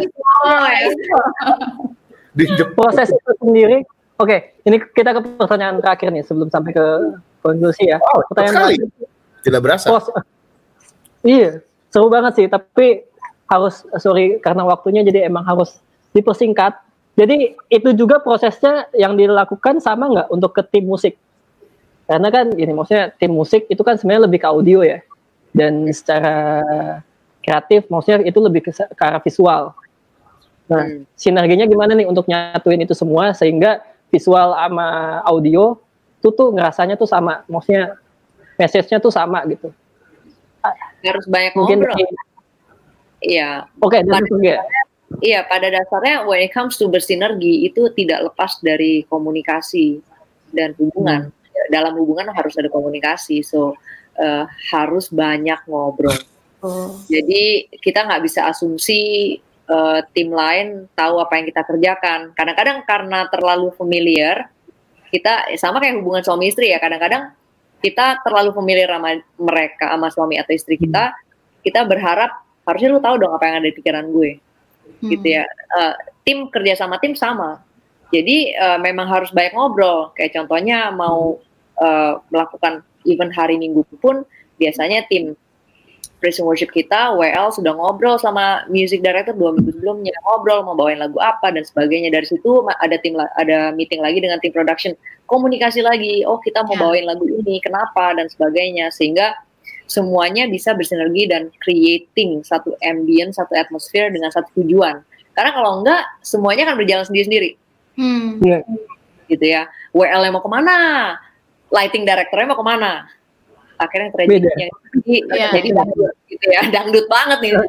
O proses itu sendiri. Oke, okay, ini kita ke pertanyaan terakhir nih sebelum sampai ke konklusi ya. Oh, pertanyaan terakhir. Tidak berasa. Proses, iya, seru banget sih. Tapi harus sorry karena waktunya jadi emang harus dipersingkat. Jadi itu juga prosesnya yang dilakukan sama nggak untuk ke tim musik? Karena kan ini maksudnya tim musik itu kan sebenarnya lebih ke audio ya. Dan secara kreatif maksudnya itu lebih ke, ke arah visual. Nah, hmm. sinerginya gimana nih untuk nyatuin itu semua sehingga visual sama audio itu tuh ngerasanya tuh sama. Maksudnya message-nya tuh sama gitu. Harus banyak ngobrol. Iya. Oke, dan juga. Iya, pada dasarnya when it comes to bersinergi itu tidak lepas dari komunikasi dan hubungan. Hmm. Dalam hubungan harus ada komunikasi, so uh, harus banyak ngobrol. Oh. Jadi kita nggak bisa asumsi uh, tim lain tahu apa yang kita kerjakan. Kadang-kadang karena terlalu familiar, kita sama kayak hubungan suami istri ya. Kadang-kadang kita terlalu familiar sama mereka, sama suami atau istri kita. Kita berharap harusnya lu tahu dong apa yang ada di pikiran gue. Hmm. Gitu ya, uh, tim kerja sama tim sama, jadi uh, memang harus banyak ngobrol. Kayak contohnya mau uh, melakukan event hari Minggu pun biasanya tim praise and worship kita, W L sudah ngobrol sama music director dua minggu sebelumnya, ngobrol mau bawain lagu apa dan sebagainya. Dari situ ada tim ada meeting lagi dengan tim production, komunikasi lagi, oh kita mau bawain lagu ini, kenapa dan sebagainya, sehingga semuanya bisa bersinergi dan creating satu ambience, satu atmosfer dengan satu tujuan. Karena kalau enggak, semuanya akan berjalan sendiri-sendiri. Hmm. Yeah. Gitu ya. W L-nya mau kemana? Lighting director-nya mau kemana? Akhirnya tragedinya jadi, yeah. jadi dangdut gitu ya. Dangdut banget nih.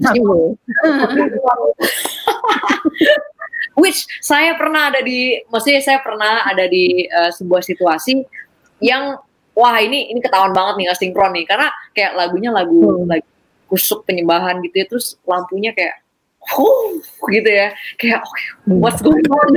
Which saya pernah ada di, maksudnya saya pernah ada di uh, sebuah situasi yang wah ini ini ketahuan banget nih nggak sinkron nih, karena kayak lagunya lagu hmm. lagu kusuk penyembahan gitu ya, terus lampunya kayak huh gitu ya, kayak okay, what's going on?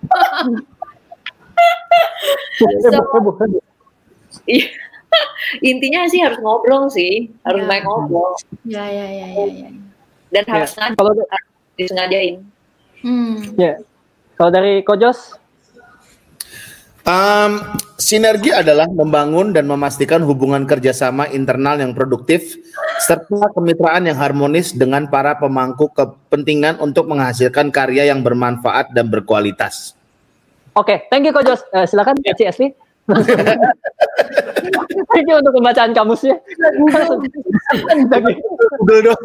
So, iya, intinya sih harus ngobrol sih, harus ya. Banyak ngobrol. Ya ya ya ya. ya. Dan ya. harus ngajak, kalau harus disengajain. Hmm. Ya, kalau dari Kojos? Um, sinergi adalah membangun dan memastikan hubungan kerjasama internal yang produktif serta kemitraan yang harmonis dengan para pemangku kepentingan untuk menghasilkan karya yang bermanfaat dan berkualitas. Oke, okay, thank you Kojos. Uh, silakan C S V. Thank you untuk pembacaan kamusnya. Google dong.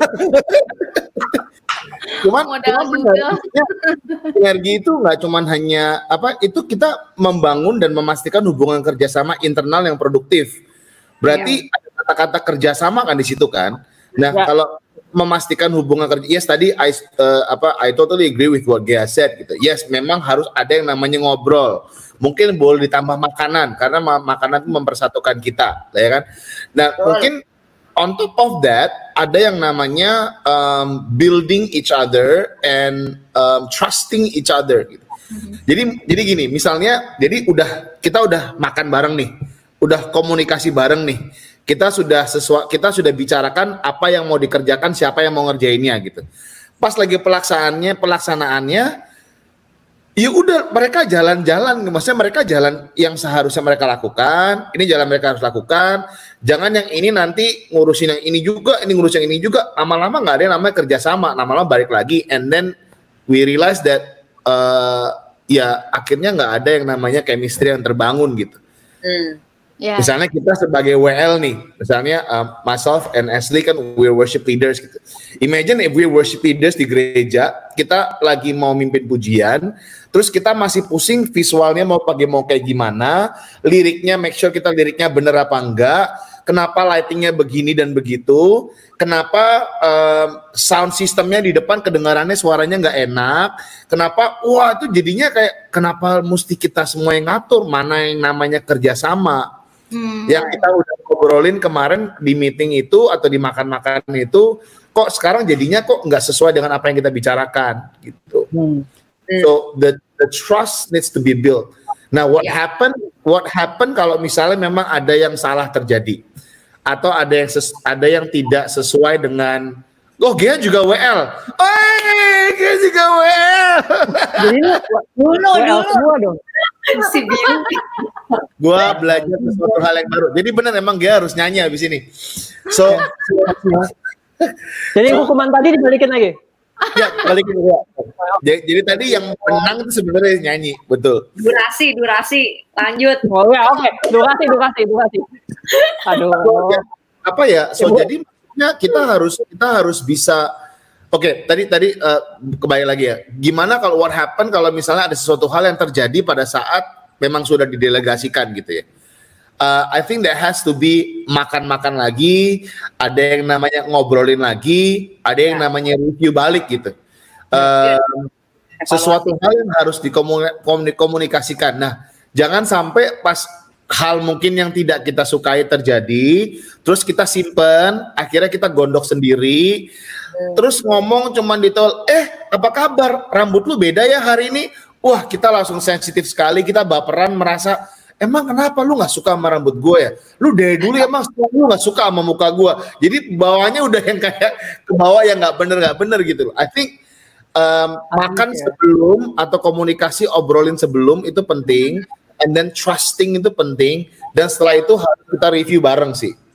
Cuman, modal cuman sinergi itu nggak cuman hanya apa, itu kita membangun dan memastikan hubungan kerjasama internal yang produktif. Berarti yeah. ada kata-kata kerjasama kan di situ kan. Nah yeah. kalau memastikan hubungan kerja, yes tadi I uh, apa I totally agree with what Gia said gitu. Yes memang harus ada yang namanya ngobrol. Mungkin boleh ditambah makanan karena ma- makanan itu mempersatukan kita, ya kan. Nah oh. mungkin on top of that, ada yang namanya um, building each other and um, trusting each other. Gitu. Mm-hmm. Jadi, jadi gini, misalnya, jadi udah kita udah makan bareng nih, udah komunikasi bareng nih, kita sudah sesuai, kita sudah bicarakan apa yang mau dikerjakan, siapa yang mau ngerjainnya gitu. Pas lagi pelaksanaannya, pelaksanaannya, ya udah mereka jalan-jalan, maksudnya mereka jalan yang seharusnya mereka lakukan, ini jalan mereka harus lakukan. Jangan yang ini nanti ngurusin yang ini juga, ini ngurusin yang ini juga. Lama-lama nggak ada yang namanya kerjasama. Lama-lama balik lagi, and then we realize that uh, ya akhirnya nggak ada yang namanya chemistry yang terbangun gitu. Mm. Yeah. Misalnya kita sebagai W L nih, misalnya uh, myself and Ashley kan we're worship leaders gitu. Imagine if we're worship leaders di gereja, kita lagi mau mimpin pujian, terus kita masih pusing visualnya mau pakai mau kayak gimana, liriknya make sure kita liriknya bener apa enggak. Kenapa lightingnya begini dan begitu? Kenapa um, sound sistemnya di depan kedengarannya suaranya nggak enak? Kenapa? Wah itu jadinya kayak kenapa mesti kita semua yang ngatur? Mana yang namanya kerjasama? Hmm. Yang kita udah ngobrolin kemarin di meeting itu atau di makan-makan itu, kok sekarang jadinya kok nggak sesuai dengan apa yang kita bicarakan gitu. Hmm. So the the trust needs to be built. Nah, what yeah. happen? What happen kalau misalnya memang ada yang salah terjadi, atau ada yang ses, ada yang tidak sesuai dengan, oh Gia juga W L, oh Gia juga W L. Jadi dulu dulu semua dong. Si Biu. Gua belajar sesuatu hal yang baru. Jadi benar emang Gia harus nyanyi abis ini. So, jadi hukuman tadi dibalikin lagi. Ya, balikin ya. Jadi, jadi tadi yang menang itu sebenarnya nyanyi, betul. Durasi, durasi, lanjut. Oh ya, oke, okay. durasi, durasi, durasi. Aduh. Ya, apa ya? So Ibu. Jadi maksudnya kita harus kita harus bisa. Oke, okay, tadi tadi uh, kembali lagi ya. Gimana kalau what happen kalau misalnya ada sesuatu hal yang terjadi pada saat memang sudah didelegasikan gitu ya? Uh, I think that has to be makan-makan lagi, ada yang namanya ngobrolin lagi, ada yang ya. namanya review balik gitu. Uh, ya. Sesuatu hal yang harus dikomunikasikan. Nah, jangan sampai pas hal mungkin yang tidak kita sukai terjadi, terus kita simpen, akhirnya kita gondok sendiri, hmm. terus ngomong cuman ditol, eh apa kabar, rambut lu beda ya hari ini, wah kita langsung sensitif sekali, kita baperan merasa, emang kenapa lu nggak suka sama rambut gue ya? Lu dari dulu emang lu nggak suka sama muka gue. Jadi bawahnya udah yang kayak ke bawah yang nggak bener nggak bener gitu loh. I think um, makan ya. sebelum atau komunikasi obrolin sebelum itu penting, and then trusting itu penting. Dan setelah itu harus kita review bareng sih.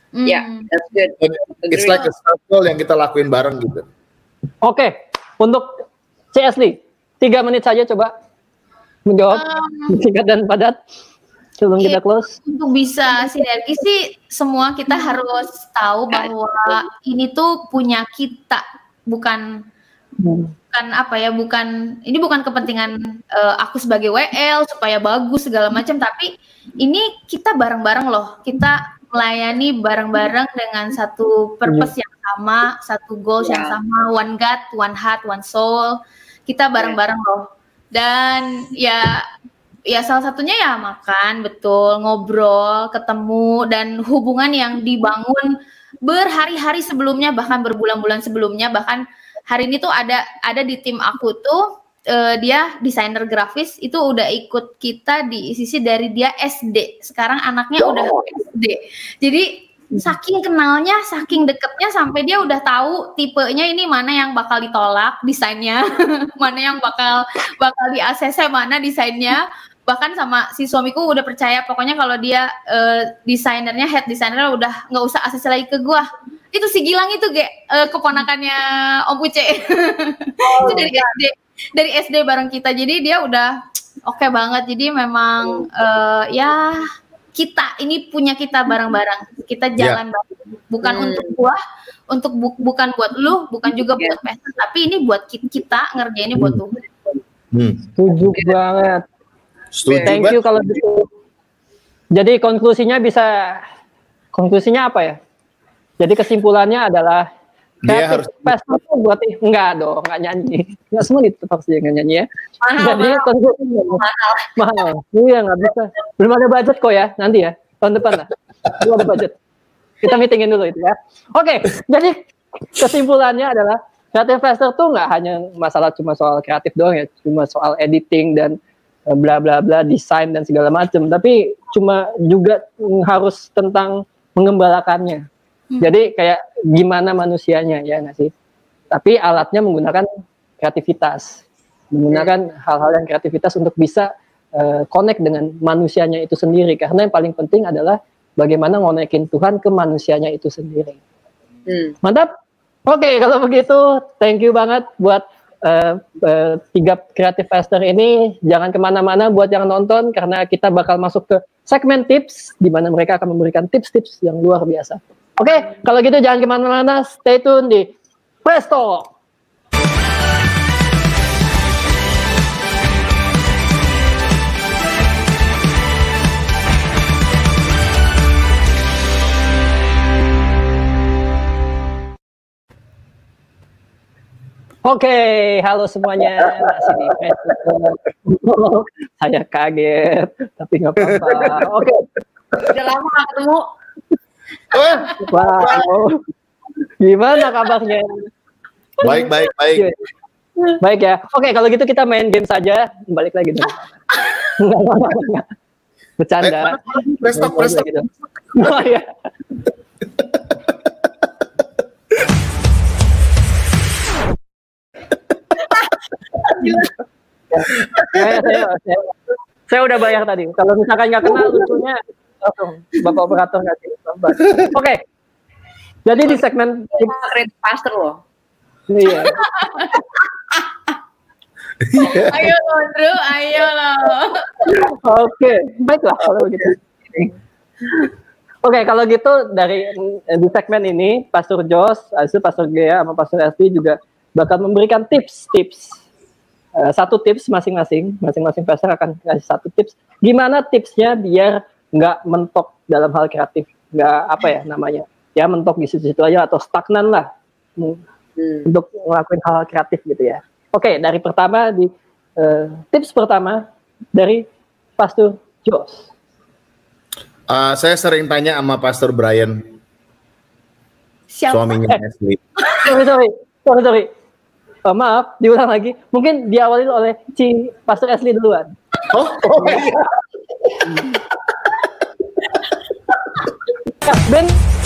Ya, yeah, that's good. It's like a circle yang kita lakuin bareng gitu. Oke, okay. Untuk C S L, tiga menit saja coba menjawab um, singkat dan padat sebelum iya, kita close. Untuk bisa sinergi sih semua kita harus tahu bahwa ini tuh punya kita, bukan hmm. bukan apa ya, bukan ini bukan kepentingan uh, aku sebagai W L supaya bagus segala macam, tapi ini kita bareng-bareng loh, kita melayani bareng-bareng dengan satu purpose yeah. yang sama, satu goals yeah. yang sama, one God, one heart, one soul. Kita bareng-bareng loh. Dan ya ya salah satunya ya makan, betul, ngobrol, ketemu, dan hubungan yang dibangun berhari-hari sebelumnya, bahkan berbulan-bulan sebelumnya. Bahkan hari ini tuh ada ada di tim aku tuh uh, dia desainer grafis, itu udah ikut kita di sisi dari dia S D. Sekarang anaknya udah S D. Jadi saking kenalnya, saking deketnya sampai dia udah tahu tipenya ini mana yang bakal ditolak desainnya, mana yang bakal bakal di A C C, mana desainnya. Bahkan sama si suamiku udah percaya pokoknya kalau dia uh, desainernya, head desainernya udah nggak usah A C C lagi ke gua. Itu si Gilang itu ge uh, keponakannya Om Uce. Oh, itu dari S D, dari S D bareng kita. Jadi dia udah oke okay banget. Jadi memang uh, ya kita ini punya kita bareng-bareng, kita jalan yeah. bareng. Bukan hmm. untuk gua, untuk bu- bukan buat lu, bukan juga yeah. buat Pastor, tapi ini buat kita ngerjainnya hmm. buat Tuhan. Hmm. Setuju banget. Setuju Thank banget. you kalau gitu. Jadi konklusinya bisa, konklusinya apa ya? Jadi kesimpulannya adalah dia harus Pastor tuh buat enggak dong, enggak nyanyi. Enggak semua tetap sih enggak nyanyi ya. Mahal, Jadi konklusinya mahal. Mahal. Iya enggak bisa. Belum ada budget kok ya, nanti ya. Tahun depan lah. Belum ada budget. Kita meetingin dulu itu ya. Oke, jadi kesimpulannya adalah Creative Pastor tuh enggak hanya masalah cuma soal kreatif doang ya, cuma soal editing dan bla bla bla, desain dan segala macam, tapi cuma juga harus tentang mengembalakannya. Hmm. Jadi kayak gimana manusianya ya nggak sih? Tapi alatnya menggunakan kreativitas, menggunakan hal-hal yang kreativitas untuk bisa uh, connect dengan manusianya itu sendiri. Karena yang paling penting adalah bagaimana ngonekin Tuhan ke manusianya itu sendiri. Hmm. Mantap. Oke, okay, kalau begitu, thank you banget buat uh, uh, tiga Creative Pastor ini. Jangan kemana-mana buat yang nonton, karena kita bakal masuk ke segmen tips, di mana mereka akan memberikan tips-tips yang luar biasa. Oke, okay, kalau gitu jangan kemana-mana, stay tune di Presto. Oke, okay, halo semuanya, masih di Presto. Saya kaget, tapi nggak apa-apa. Oke, okay. Udah lama nggak ketemu. Wow, gimana kabarnya? Baik, baik, baik. Baik ya. Oke, kalau gitu kita main game saja. Balik lagi dulu. Bercanda. Presto, presto. Gitu. Oh ya. saya, saya, saya, saya udah bayar tadi. Kalau misalkan nggak kenal lucunya, langsung Bapak operator ngasih. Oke, okay. Jadi di segmen Creative Pastor loh. Iya. Ayo Andrew, ayo loh. Oke, okay. Baiklah kalau begitu. Oke, okay, kalau gitu dari di segmen ini Pastor Jos, Asu, Pastor Gea, sama Pastor Esti juga bakal memberikan tips-tips. Uh, satu tips masing-masing, masing-masing pastor akan kasih satu tips. Gimana tipsnya biar nggak mentok dalam hal kreatif, nggak apa ya namanya, ya mentok di situ-situ aja atau stagnan lah hmm. Hmm. untuk ngelakuin hal kreatif gitu ya. Oke, dari pertama di uh, tips pertama dari Pastor Jos. Uh, saya sering tanya sama Pastor Brian, siapa? Suaminya eh. Ashley. Sorry, sorry, sorry, sorry. Oh, maaf, diulang lagi. Mungkin diawali oleh si Pastor Ashley duluan. Oh, oh iya. Ben.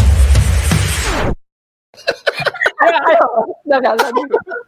Ayo, ayo, jangan lagi.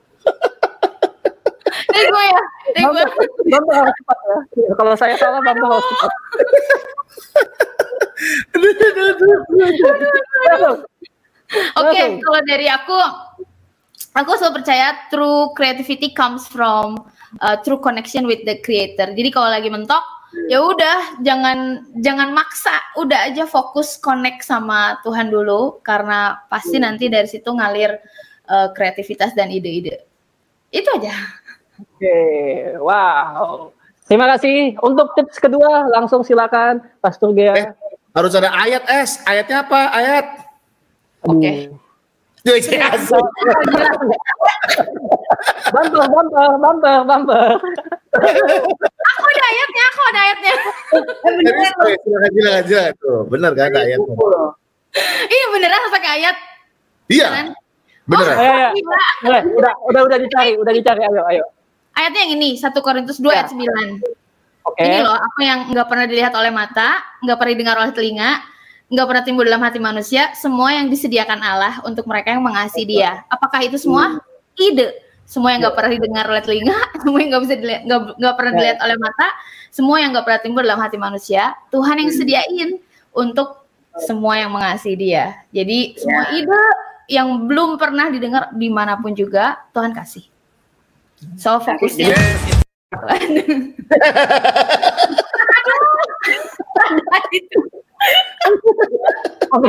Dari gue ya, dari gue. Bamba harus cepat ya. Kalau saya salah, Bamba harus cepat. Oke, kalau dari aku, aku selalu percaya true creativity comes from uh, true connection with the creator. Jadi kalau lagi mentok, ya udah jangan jangan maksa, udah aja fokus connect sama Tuhan dulu, karena pasti nanti dari situ ngalir uh, kreativitas dan ide-ide. Itu aja. Oke, okay. Wow. Terima kasih. Untuk tips kedua, langsung silakan Pastor Gea. Eh, harus ada ayat es. Ayatnya apa? Ayat. Oke. Okay. Bumper, bumper, bumper, bumper. Aku ada ayatnya, aku ada ayatnya. Silakan, silakan, silakan. Tuh, benar kan ada ayat? Ini beneran harus pakai ayat? Iya. Beneran. Oh, ayo, ayo. Udah, udah, udah dicari, udah dicari. Ayo, ayo. Ayatnya yang ini, satu Korintus dua ayat sembilan. Oke. Ini loh, apa yang nggak pernah dilihat oleh mata, nggak pernah didengar oleh telinga, nggak pernah timbul dalam hati manusia, semua yang disediakan Allah untuk mereka yang mengasihi Dia. Apakah itu semua? Ide. Semua yang nggak pernah didengar oleh telinga, semua yang nggak bisa dilihat, nggak nggak pernah dilihat oleh mata, semua yang nggak pernah timbul dalam hati manusia, Tuhan yang sediain untuk semua yang mengasihi Dia. Jadi semua ide yang belum pernah didengar dimanapun juga Tuhan kasih. So fokusnya. Oke.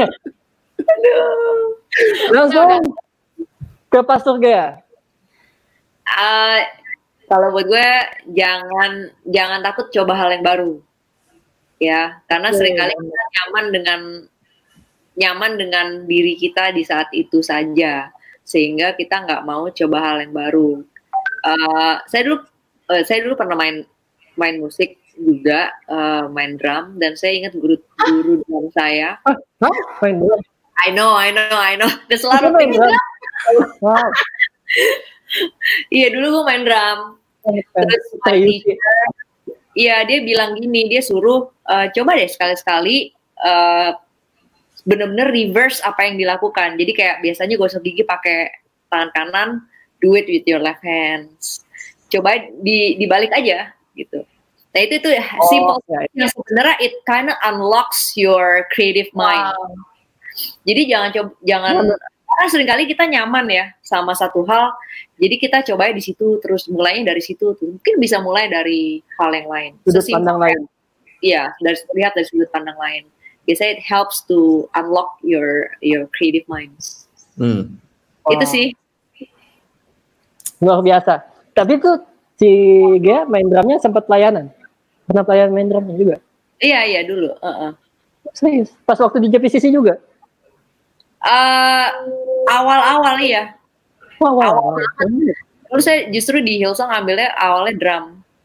Langsung ke Pastor Gea. Uh, kalau buat gue jangan jangan takut coba hal yang baru. Ya, karena yeah. seringkali kita nyaman dengan nyaman dengan diri kita di saat itu saja, sehingga kita nggak mau coba hal yang baru. Uh, saya dulu uh, saya dulu pernah main main musik juga, uh, main drum, dan saya ingat guru guru drum saya. Ah, main drum. I know, I know, I know. There's a lot of things. Wow. Iya, dulu gue main drum. Terus iya, dia bilang gini, dia suruh uh, coba deh sekali-sekali uh, bener-bener reverse apa yang dilakukan. Jadi kayak biasanya gosok gigi pakai tangan kanan, do it with your left hands. Coba di dibalik aja gitu. Nah itu itu oh, simple ya, ya. Sebenarnya it kind of unlocks your creative mind. Wow. Jadi jangan coba jangan hmm. karena seringkali kita nyaman ya sama satu hal. Jadi kita coba di situ terus mulainya dari situ tuh. Mungkin bisa mulai dari hal yang lain. Sudut so, pandang lain. Iya, dari lihat dari sudut pandang lain. Biasanya it helps to unlock your your creative minds. Hmm. Itu wow. sih. Luar biasa. Tapi tuh si Gea main drumnya sempat pelayanan. Pernah pelayanan main drumnya juga? Iya, iya dulu. Uh-uh. Serius? Pas waktu di J P C C juga? Uh, awal-awal iya. Wow, wow, awal wow. Terus saya justru di Hillsong ambilnya awalnya drum.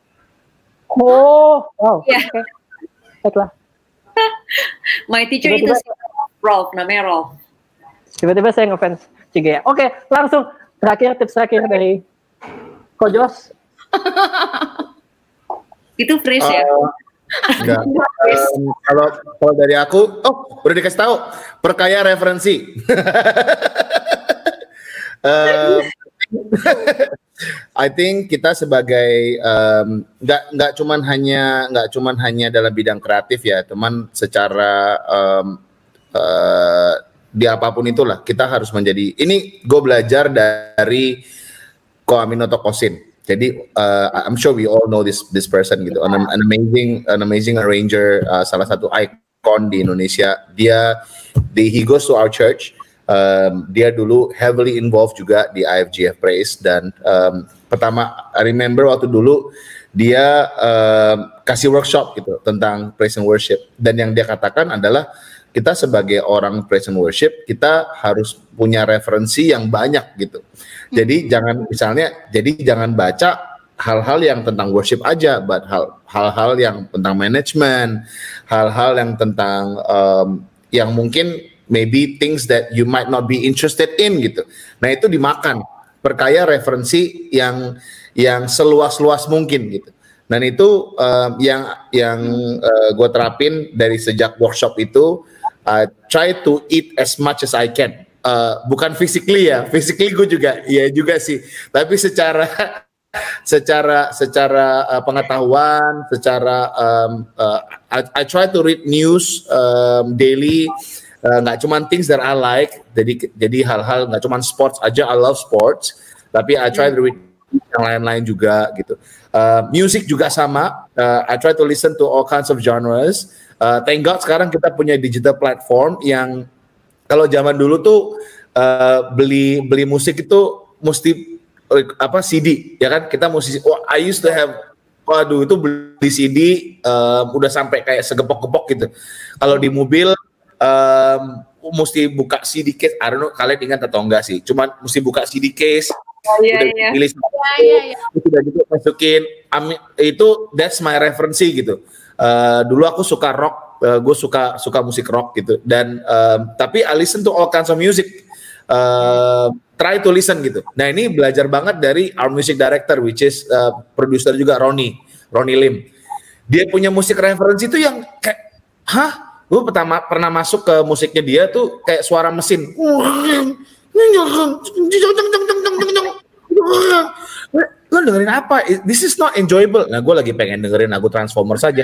Oh, wow. Yeah. Oke. Okay. Baiklah. My teacher tiba-tiba, itu si Rolf, namanya Rolf. Tiba-tiba saya ngefans si Gea. Oke, okay, langsung terakhir tips terakhir dari Ko Jos. Itu fresh uh, ya? Enggak. um, kalau kalau dari aku, oh udah dikasih tahu, perkaya referensi. um, I think kita sebagai um, nggak nggak cuman hanya nggak cuman hanya dalam bidang kreatif ya, teman, secara um, uh, di apapun itulah kita harus menjadi. Ini gue belajar dari Ko Aminoto Kosin. Jadi uh, I'm sure we all know this this person gitu, an, an amazing an amazing arranger, uh, salah satu icon di Indonesia. Dia the, he goes to our church. Um, dia dulu heavily involved juga di I F G F Praise, dan um, pertama I remember waktu dulu dia um, kasih workshop gitu tentang praise and worship, dan yang dia katakan adalah kita sebagai orang praise and worship kita harus punya referensi yang banyak gitu. Jadi hmm. jangan misalnya jadi jangan baca hal-hal yang tentang worship aja, but hal, hal-hal yang tentang manajemen, hal-hal yang tentang um, yang mungkin maybe things that you might not be interested in gitu. Nah itu dimakan, perkaya referensi yang yang seluas-luas mungkin gitu. Dan itu um, yang yang uh, gue terapin dari sejak workshop itu. Uh, try to eat as much as I can. Uh, bukan physically ya, physically gue juga, ya juga sih. Tapi secara secara secara uh, pengetahuan, secara um, uh, I, I try to read news um, daily, nggak uh, cuma things that I like, jadi jadi hal-hal nggak cuma sports aja, I love sports, tapi I try to read yang lain-lain juga gitu. Uh, music juga sama, uh, I try to listen to all kinds of genres. Uh, thank God sekarang kita punya digital platform yang kalau zaman dulu tuh uh, beli beli musik itu mesti apa C D ya kan, kita mesti oh I used to have waduh itu beli C D um, udah sampai kayak segepok-gepok gitu. Kalau di mobil um, mesti buka C D case, I don't know kalian ingat atau enggak sih, cuman mesti buka C D case, oh, iya, udah iya. pilih Iya, iya, iya. udah gitu masukin, itu that's my referensi gitu. Uh, dulu aku suka rock, uh, gue suka suka musik rock gitu, dan um, tapi I listen to all kinds of music. Uh, try to listen gitu. Nah ini belajar banget dari our music director, which is uh, producer juga Ronnie, Ronnie Lim. Dia punya musik referensi itu yang kayak, hah? Gue pertama pernah masuk ke musiknya dia tuh kayak suara mesin. Lo dengerin apa? This is not enjoyable. Nah gue lagi pengen dengerin lagu Transformers saja.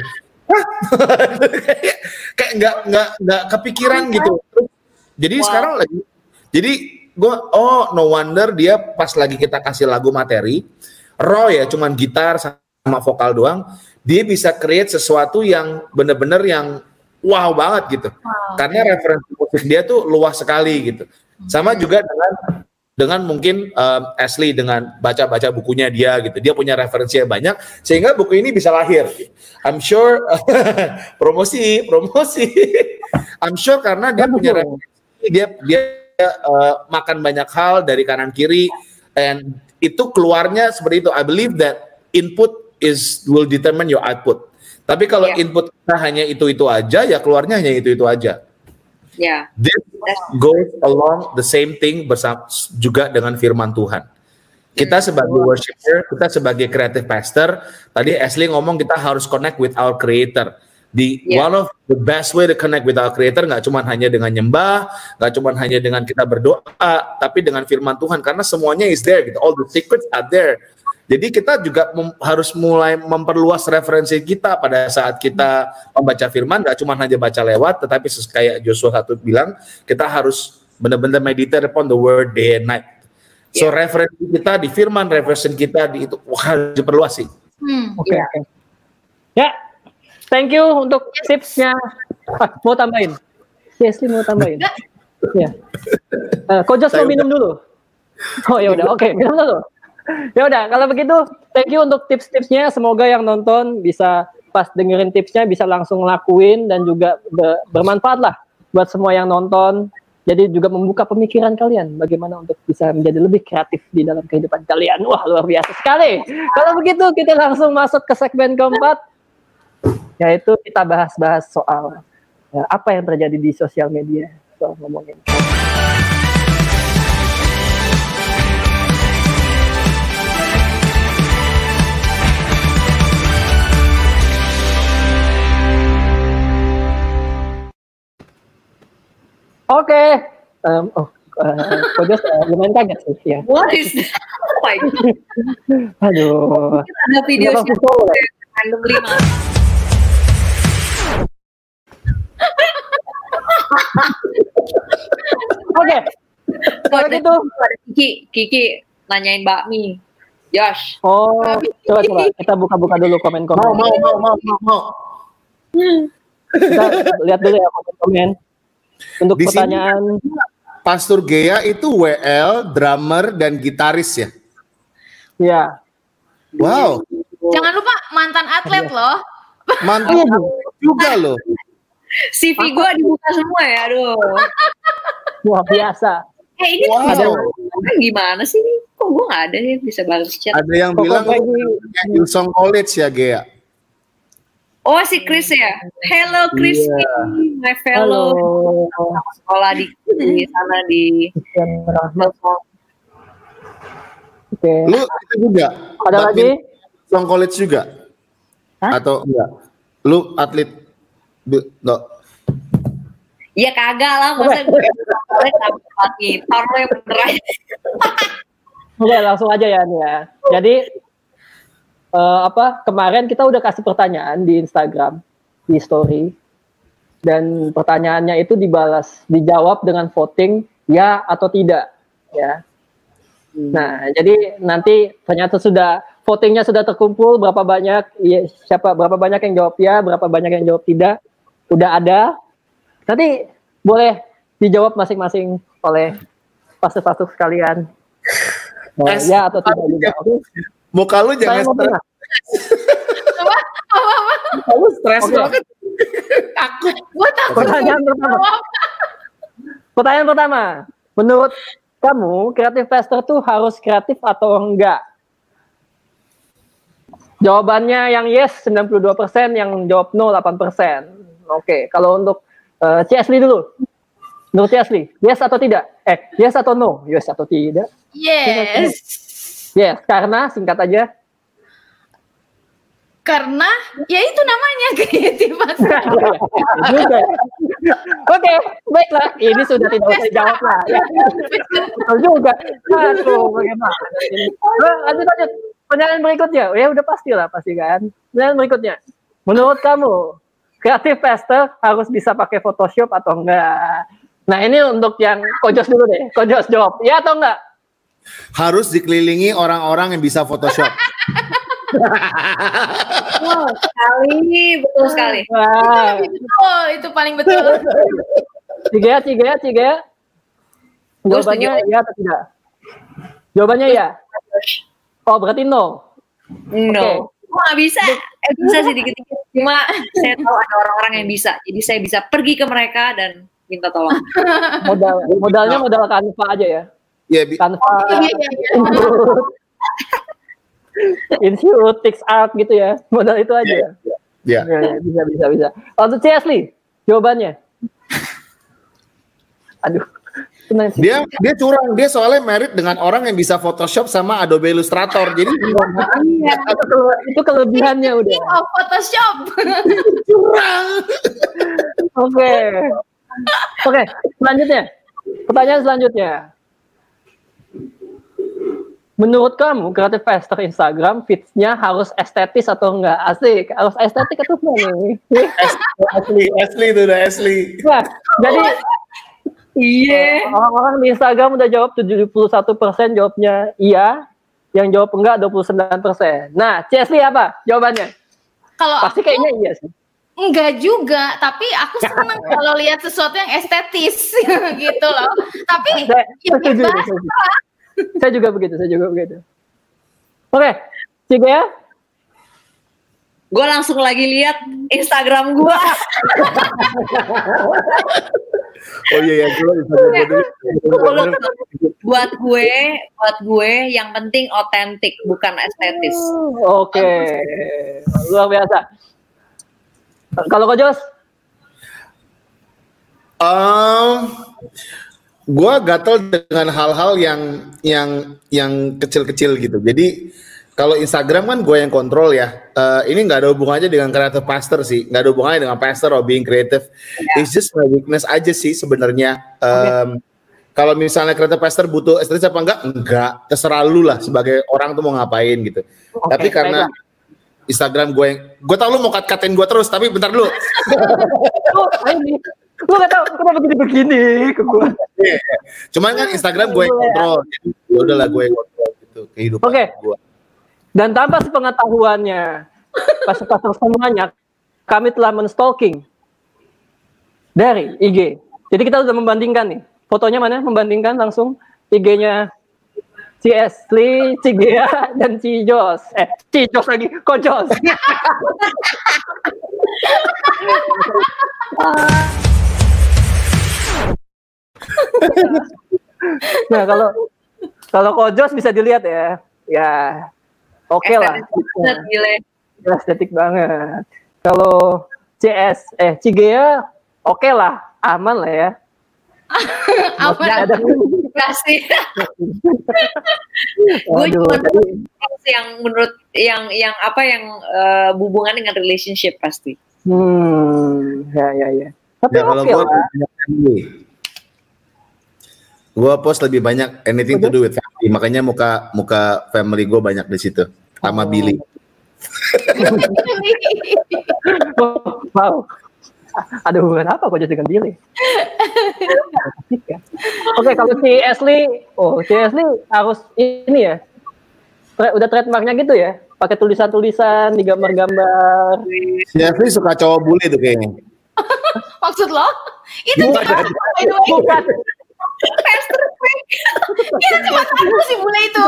Kayak nggak nggak nggak kepikiran gitu. Jadi wow. Sekarang lagi. Jadi gue, oh no wonder dia pas lagi kita kasih lagu materi, raw ya cuman gitar sama vokal doang, dia bisa create sesuatu yang bener-bener yang wow banget gitu. Wow. Karena referensi musik dia tuh luas sekali gitu. Sama juga dengan dengan mungkin um, Ashley dengan baca-baca bukunya dia gitu. Dia punya referensi yang banyak sehingga buku ini bisa lahir. I'm sure promosi, promosi. I'm sure karena dia punya referensi, dia dia Uh, makan banyak hal dari kanan kiri, and itu keluarnya seperti itu. I believe that input is will determine your output. Tapi kalau yeah. input kita hanya itu-itu aja, ya keluarnya hanya itu-itu aja. Yeah. This goes along the same thing bersama juga dengan firman Tuhan. Kita sebagai worshiper, kita sebagai creative pastor, tadi Ashley ngomong kita harus connect with our creator. The yeah. one of the best way to connect with our creator nggak cuma hanya dengan nyembah, nggak cuma hanya dengan kita berdoa, tapi dengan firman Tuhan, karena semuanya is there gitu. All the secrets are there. Jadi kita juga mem- harus mulai memperluas referensi kita pada saat kita membaca firman, nggak cuma hanya baca lewat, tetapi kayak Joshua satu bilang, kita harus benar-benar meditate upon the word day and night. So yeah. referensi kita di firman, referensi kita di itu harus diperluas sih. Hmm, Oke. Okay, yeah. okay. Ya. Thank you untuk tipsnya. Ah, mau tambahin? Ashley mau tambahin? Ya. Uh, Kojos mau minum dulu. Oh ya udah, oke, okay, minum dulu. Ya udah, kalau begitu, thank you untuk tips-tipsnya. Semoga yang nonton bisa pas dengerin tipsnya bisa langsung lakuin dan juga be- bermanfaat lah buat semua yang nonton. Jadi juga membuka pemikiran kalian bagaimana untuk bisa menjadi lebih kreatif di dalam kehidupan kalian. Wah, luar biasa sekali. Kalau begitu, kita langsung masuk ke segmen keempat. Yaitu kita bahas-bahas soal ya, apa yang terjadi di sosial media, soal ngomongin. Oke, okay. um, oh, uh, Kojos uh, lumayan kaget sih ya. What is that? Oh my God. Aduh. Ada video random lima. Oke. Kalau gitu, Kiki, Kiki nanyain bakmi. Josh. Oh, coba coba kita buka-buka dulu komen-komen. Mau mau mau mau mau. mau. Kita lihat dulu ya komen-komen. Untuk di pertanyaan sini, Pastor Gea itu W L, drummer dan gitaris ya? Iya. Wow. Jangan lupa mantan atlet loh. Mantan juga loh. C V gue dibuka semua ya, aduh. Wah biasa. Eh ini wow. ada gimana sih nih? Kok gue nggak ada yang bisa balas chat? Ada yang Kok bilang Hillsong College ya Gea. Oh si Chris ya. Hello Chris, yeah. my fellow sekolah di, di sana di. Oke. Okay. Lu itu juga. Ada lagi? Hillsong College juga? Hah? Atau enggak? Lu atlet? Enggak. Iya kagak lah, masa gue atlet tapi gitar lo yang bener aja. Oke langsung aja ya nih ya. Jadi uh, apa kemarin kita udah kasih pertanyaan di Instagram, di story, dan pertanyaannya itu dibalas, dijawab dengan voting ya atau tidak, ya. Nah, jadi nanti ternyata sudah votingnya sudah terkumpul berapa banyak, ya, siapa berapa banyak yang jawab ya, berapa banyak yang jawab tidak, udah ada. Nanti boleh dijawab masing-masing oleh pastor-pastor sekalian. Oh, ya atau tidak juga. Oke. Muka lu jangan stres. Apa? Apa? Apa? Kamu stres Okay. banget. Takut. Gua takut. Pertanyaan pertama. Pertanyaan pertama. Menurut kamu, creative pastor tuh harus kreatif atau enggak? Jawabannya yang yes sembilan puluh dua persen, yang jawab no delapan persen. Oke, kalau untuk uh, C S Lee dulu. Menurut C S Lee, yes atau tidak? Eh, yes atau no? Yes atau tidak? Yes. Yes, karena singkat aja. Karena ya itu namanya kreatif pastor. Juga. Oke, baiklah. Ini sudah tidak usah dijawab lah. Ya. Betul juga. Aduh, bagaimana ini? Oh, lanjut lanjut. Pertanyaan berikutnya. Ya udah pasti lah, pasti kan. Pertanyaan berikutnya. Menurut kamu, creative pastor harus bisa pakai Photoshop atau enggak? Nah, ini untuk yang Kojos dulu deh. Kojos jawab, ya atau enggak? Harus dikelilingi orang-orang yang bisa Photoshop. Oh, sekali, betul sekali. Wah. Betul, itu paling betul. Tiga, tiga, tiga. Jawabannya ya atau tidak? Jawabannya ya. Oh, berarti no. No. Oke. Oh, nggak bisa. Eh, bisa sih dikit-dikit. Cuma saya tahu ada orang-orang yang bisa. Jadi saya bisa pergi ke mereka dan minta tolong. Modal modalnya modal Canva aja ya. Ya, bi- Canva, Iya, iya, iya. Insight, PixArt gitu ya. Modal itu aja ya. ya. Ya, ya, bisa bisa bisa. Untuk C S Lee, jawabannya. Aduh. Tenang sih. Dia dia curang, dia soalnya merit dengan orang yang bisa Photoshop sama Adobe Illustrator. Jadi Iya, itu, kele- itu kelebihannya udah. King of Photoshop. curang. Oke. Oke, selanjutnya. Pertanyaan selanjutnya. Menurut kamu, creative pastor Instagram feeds-nya harus estetis atau enggak? Asik, harus estetik atau enggak nih? Asli, asli itu udah asli. Nah, jadi Iya. orang-orang di Instagram udah jawab tujuh puluh satu persen jawabnya iya, yang jawab enggak dua puluh sembilan persen. Nah, C S Lee apa jawabannya? Kalau Pasti aku kayaknya iya sih. enggak juga, tapi aku senang kalau lihat sesuatu yang estetis gitu loh. Tapi Saya, ya saya setuju, bebas. saya setuju. Saya juga begitu, saya juga begitu. Oke, Ciga ya? Gue langsung lagi lihat Instagram gue. Oh iya ya, gue buat gue, buat gue yang penting otentik, bukan estetis. Oke, luar biasa. Kalau Kak Jos? Um, gue gatel dengan hal-hal yang yang yang kecil-kecil gitu. Jadi kalau Instagram kan gue yang kontrol ya. Uh, ini nggak ada hubungannya dengan creative pastor sih, nggak ada hubungannya dengan pastor or being creative. Yeah. It's just my weakness aja sih sebenarnya. Um, okay. Kalau misalnya creative pastor butuh estetis apa enggak? Enggak, terserah lu lah sebagai orang tuh mau ngapain gitu. Okay, tapi karena baiklah. Instagram gue yang, gue tau lu mau kat-katin gue terus, tapi bentar dulu. Lu gak tau kenapa begini-begini ke gue. Yeah. Cuman kan Instagram gue yang kontrol, jadi ya udahlah gue yang kontrol gitu kehidupan okay. gue. Dan tanpa sepengetahuannya pastor-pastor semuanya, kami telah men-stalking dari I G. Jadi kita sudah membandingkan nih. Fotonya mana? Membandingkan langsung I G-nya C S Lee, Cigea, dan Ci Jos. Eh, Ci Jos lagi, kok Jos? Nah, kalau kalau Kojos bisa dilihat ya. Ya, oke okay lah. Ya, estetik banget. Kalau C S, eh, Cigea, oke okay lah. Aman lah ya. Aman ada kasih. Gue cuma yang menurut yang yang apa yang uh, hubungan dengan relationship pasti. Hmm, ya ya ya. Tapi ya, kalau okay gue gue post lebih banyak anything to do with family, makanya muka muka family gue banyak di situ sama oh. Billy. Oh, wow. Ada hubungan apa kok dengan Billy? Oke, kalau si Ashley, oh si Ashley harus ini ya, tra- udah trademarknya gitu ya, pakai tulisan-tulisan, digambar-gambar. Si Ashley suka cowok bule tuh kayaknya. Maksud lo? Itu Bukan. cuma by the way. Bukan. Pastor Frank. Itu cuma satu sih bule itu.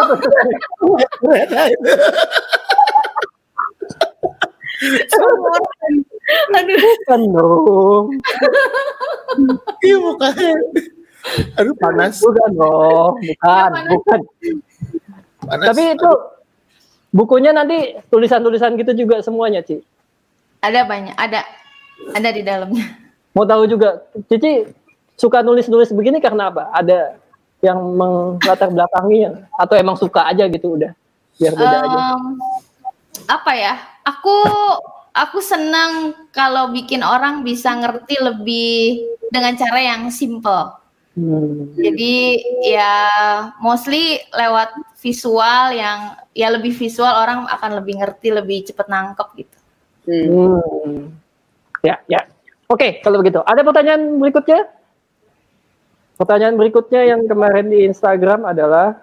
Aduh. Bukan dong. Iya bukan. Aduh panas. Bukan dong. Bukan. Bukan. Panas. Tapi itu bukunya nanti tulisan-tulisan gitu juga semuanya, Ci. Ada banyak, ada ada di dalamnya. Mau tahu juga, Cici suka nulis-nulis begini karena apa? Ada yang melatar belakanginya atau emang suka aja gitu udah biar beda um, aja. Apa ya? Aku aku senang kalau bikin orang bisa ngerti lebih dengan cara yang simple. Hmm. Jadi ya mostly lewat visual yang ya lebih visual orang akan lebih ngerti, lebih cepet nangkep gitu. Hmm. Ya, ya. Oke, kalau begitu. Ada pertanyaan berikutnya? Pertanyaan berikutnya yang kemarin di Instagram adalah,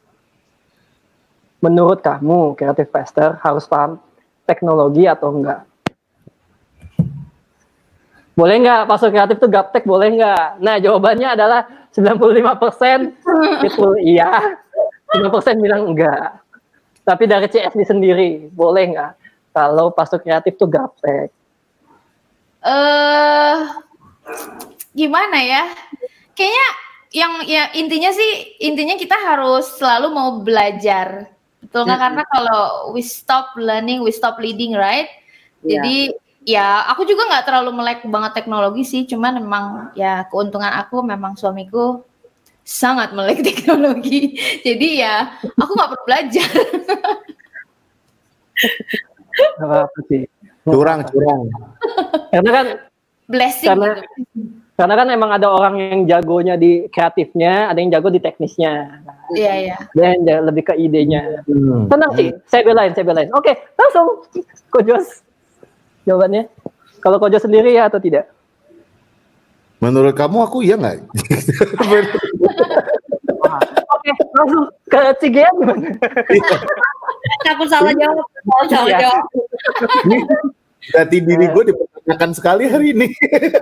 menurut kamu Creative Pastor harus paham teknologi atau enggak? Boleh nggak masuk kreatif tuh gaptek, boleh nggak? Nah, jawabannya adalah sembilan puluh lima persen itu iya, lima persen bilang enggak. Tapi dari C S D sendiri, boleh nggak kalau masuk kreatif tuh gaptek? Eh uh, gimana ya? Kayaknya yang ya intinya sih intinya kita harus selalu mau belajar. Betul nggak? Hmm. Karena kalau we stop learning, we stop leading, right? Yeah. Jadi ya aku juga nggak terlalu melek banget teknologi sih, cuman memang ya keuntungan aku memang suamiku sangat melek teknologi. Jadi ya aku nggak perlu belajar. Apa sih? Curang, curang. Karena kan blessing karena, gitu. Karena kan emang ada orang yang jagonya di kreatifnya, ada yang jago di teknisnya. Iya, iya. Dan lebih ke idenya. Hmm. Tenang sih, saya belain, saya belain. Oke, langsung Ko Jos. Jawabannya. Kalau Ko Jos sendiri ya atau tidak? Menurut kamu aku iya nggak? Oke, langsung ke Cigea gimana? Aku salah jawab, salah, salah Iya. jawab. Berarti diri gue dipertanyakan sekali hari ini.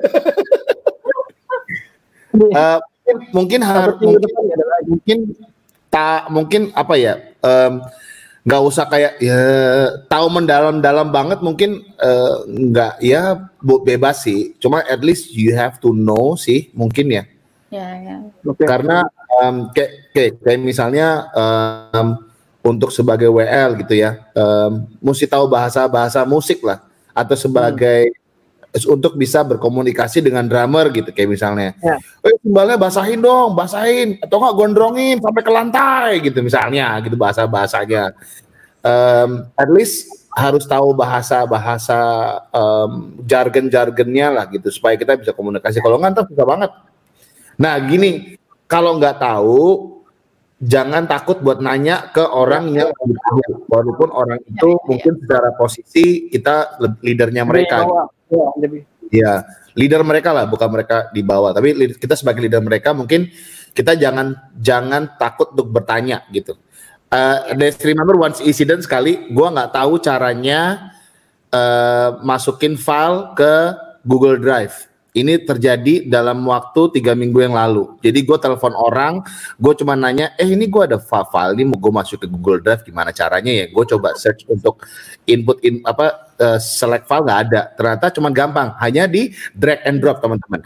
uh, mungkin harus mungkin, mungkin tak mungkin apa ya nggak um, usah kayak ya tahu mendalam-dalam banget mungkin nggak uh, ya bebas sih, cuma at least you have to know sih mungkin ya. Ya, ya. Okay. Karena um, kayak, kayak kayak misalnya um, untuk sebagai W L gitu ya, um, mesti tahu bahasa-bahasa musik lah, atau sebagai hmm. untuk bisa berkomunikasi dengan drummer gitu, kayak misalnya, ya. eh timbalnya basahin dong, basahin, atau nggak gondrongin sampai ke lantai gitu misalnya, gitu bahasa-bahasanya. Um, at least harus tahu bahasa-bahasa um, jargon-jargonnya lah gitu, supaya kita bisa komunikasi. Kalau nggak, ntar susah banget. Nah gini, kalau nggak tahu, jangan takut buat nanya ke orang yang lebih tahu, walaupun orang itu ya, mungkin ya. Secara posisi kita leadernya mereka. Ya, lebih. Ya, leader mereka lah, bukan mereka di bawah. Tapi kita sebagai leader mereka mungkin kita jangan jangan takut untuk bertanya gitu. Uh, ya. Remember once incident sekali, gue nggak tahu caranya uh, masukin file ke Google Drive. Ini terjadi dalam waktu tiga minggu yang lalu. Jadi gue telepon orang, gue cuma nanya, eh ini gue ada file ini mau gue masuk ke Google Drive, gimana caranya ya? Gue coba search untuk input in apa uh, select file, nggak ada. Ternyata cuma gampang, hanya di drag and drop teman-teman.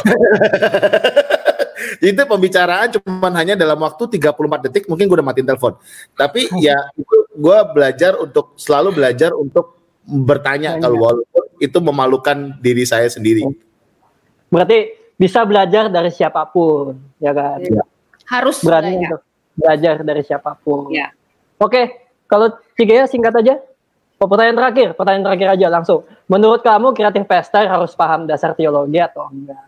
Itu pembicaraan cuma hanya dalam waktu tiga puluh empat detik, mungkin gue udah matiin telepon. Tapi ya gue belajar untuk selalu belajar untuk bertanya, kalau walaupun itu memalukan diri saya sendiri. Berarti bisa belajar dari siapapun, ya kan? Ya. Harus berani belajar. untuk belajar dari siapapun. Ya. Oke, kalau Cigea singkat aja. Oh, pertanyaan terakhir, pertanyaan terakhir aja langsung. Menurut kamu Creative Pastor harus paham dasar teologi atau enggak?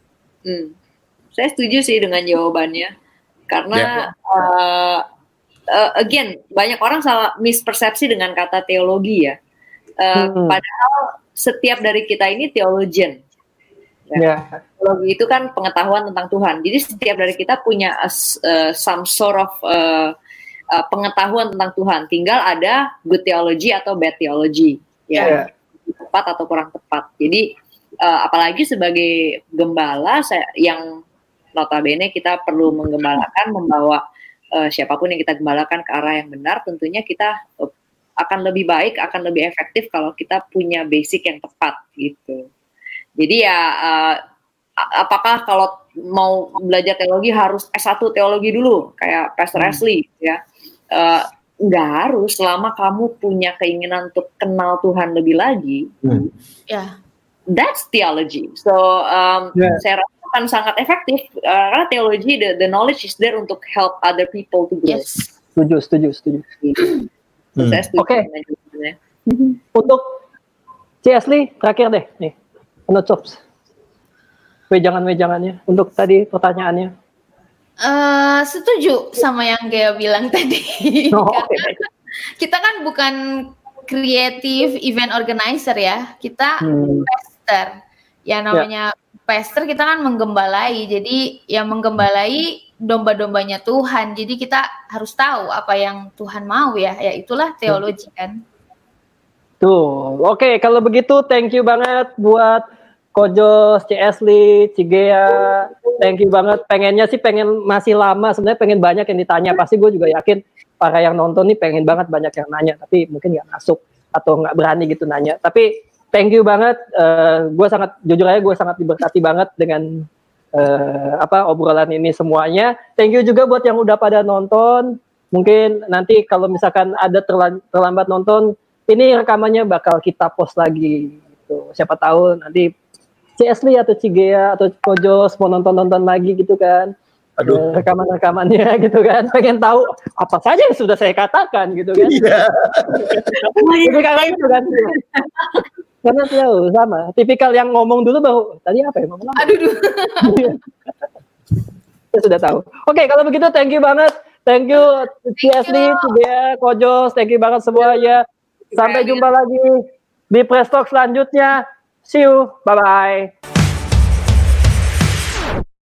Hmm. Saya setuju sih dengan jawabannya, karena ya. uh, uh, again banyak orang salah mispersepsi dengan kata teologi ya. Uh, hmm. Padahal setiap dari kita ini theologian. Ya. Yeah. Teologi itu kan pengetahuan tentang Tuhan. Jadi setiap dari kita punya uh, some sort of uh, uh, pengetahuan tentang Tuhan. Tinggal ada good theology atau bad theology. Ya, yeah. Tepat atau kurang tepat. Jadi uh, apalagi sebagai gembala saya, yang notabene kita perlu menggembalakan, membawa uh, siapapun yang kita gembalakan ke arah yang benar. Tentunya kita uh, akan lebih baik, akan lebih efektif kalau kita punya basic yang tepat gitu. Jadi ya uh, apakah kalau mau belajar teologi harus S satu teologi dulu kayak Pastor hmm. Ashley ya? Uh, nggak harus, selama kamu punya keinginan untuk kenal Tuhan lebih lagi. Hmm. Ya, yeah. That's theology. So um, yeah. saya rasa akan sangat efektif uh, karena teologi the, the knowledge is there untuk help other people to grow. Yes. Setuju, setuju, setuju. Hmm. Oke. Okay. Untuk C. Ashley terakhir deh nih, penutup. Wejangan-wejangannya untuk tadi pertanyaannya. Uh, setuju sama yang Gea bilang tadi. Oh, okay. Kita kan bukan creative event organizer ya, kita hmm. pastor. Ya namanya yeah. pastor kita kan menggembalai. Jadi yang menggembalai domba-dombanya Tuhan. Jadi kita harus tahu apa yang Tuhan mau ya. Ya itulah teologi kan. Tuh, oke okay, kalau begitu thank you banget buat Kojos, C. Ashley, Cigea, thank you banget. Pengennya sih pengen masih lama, sebenarnya pengen banyak yang ditanya. Pasti gue juga yakin para yang nonton nih pengen banget banyak yang nanya, tapi mungkin nggak masuk atau nggak berani gitu nanya. Tapi thank you banget. Uh, gue sangat jujur aja gue sangat diberkati banget dengan Uh, apa obrolan ini semuanya. Thank you juga buat yang udah pada nonton. Mungkin nanti kalau misalkan ada terla- terlambat nonton, ini rekamannya bakal kita post lagi gitu. Siapa tahu nanti C. Ashley atau Cigea atau Kojos mau nonton-nonton lagi gitu kan. Aduh. Rekaman-rekamannya gitu kan. Pengen tahu apa saja yang sudah saya katakan gitu kan. Iya. Jadi karena itu kan. Karena tahu sama, tipikal yang ngomong dulu baru tadi apa ya ngomong apa? Aduh, saya sudah tahu. Oke, okay, kalau begitu thank you banget, thank you C. Ashley, Cigea, Kojos, thank you banget semuanya. Sampai jumpa lagi di Press Talk selanjutnya. See you, bye bye.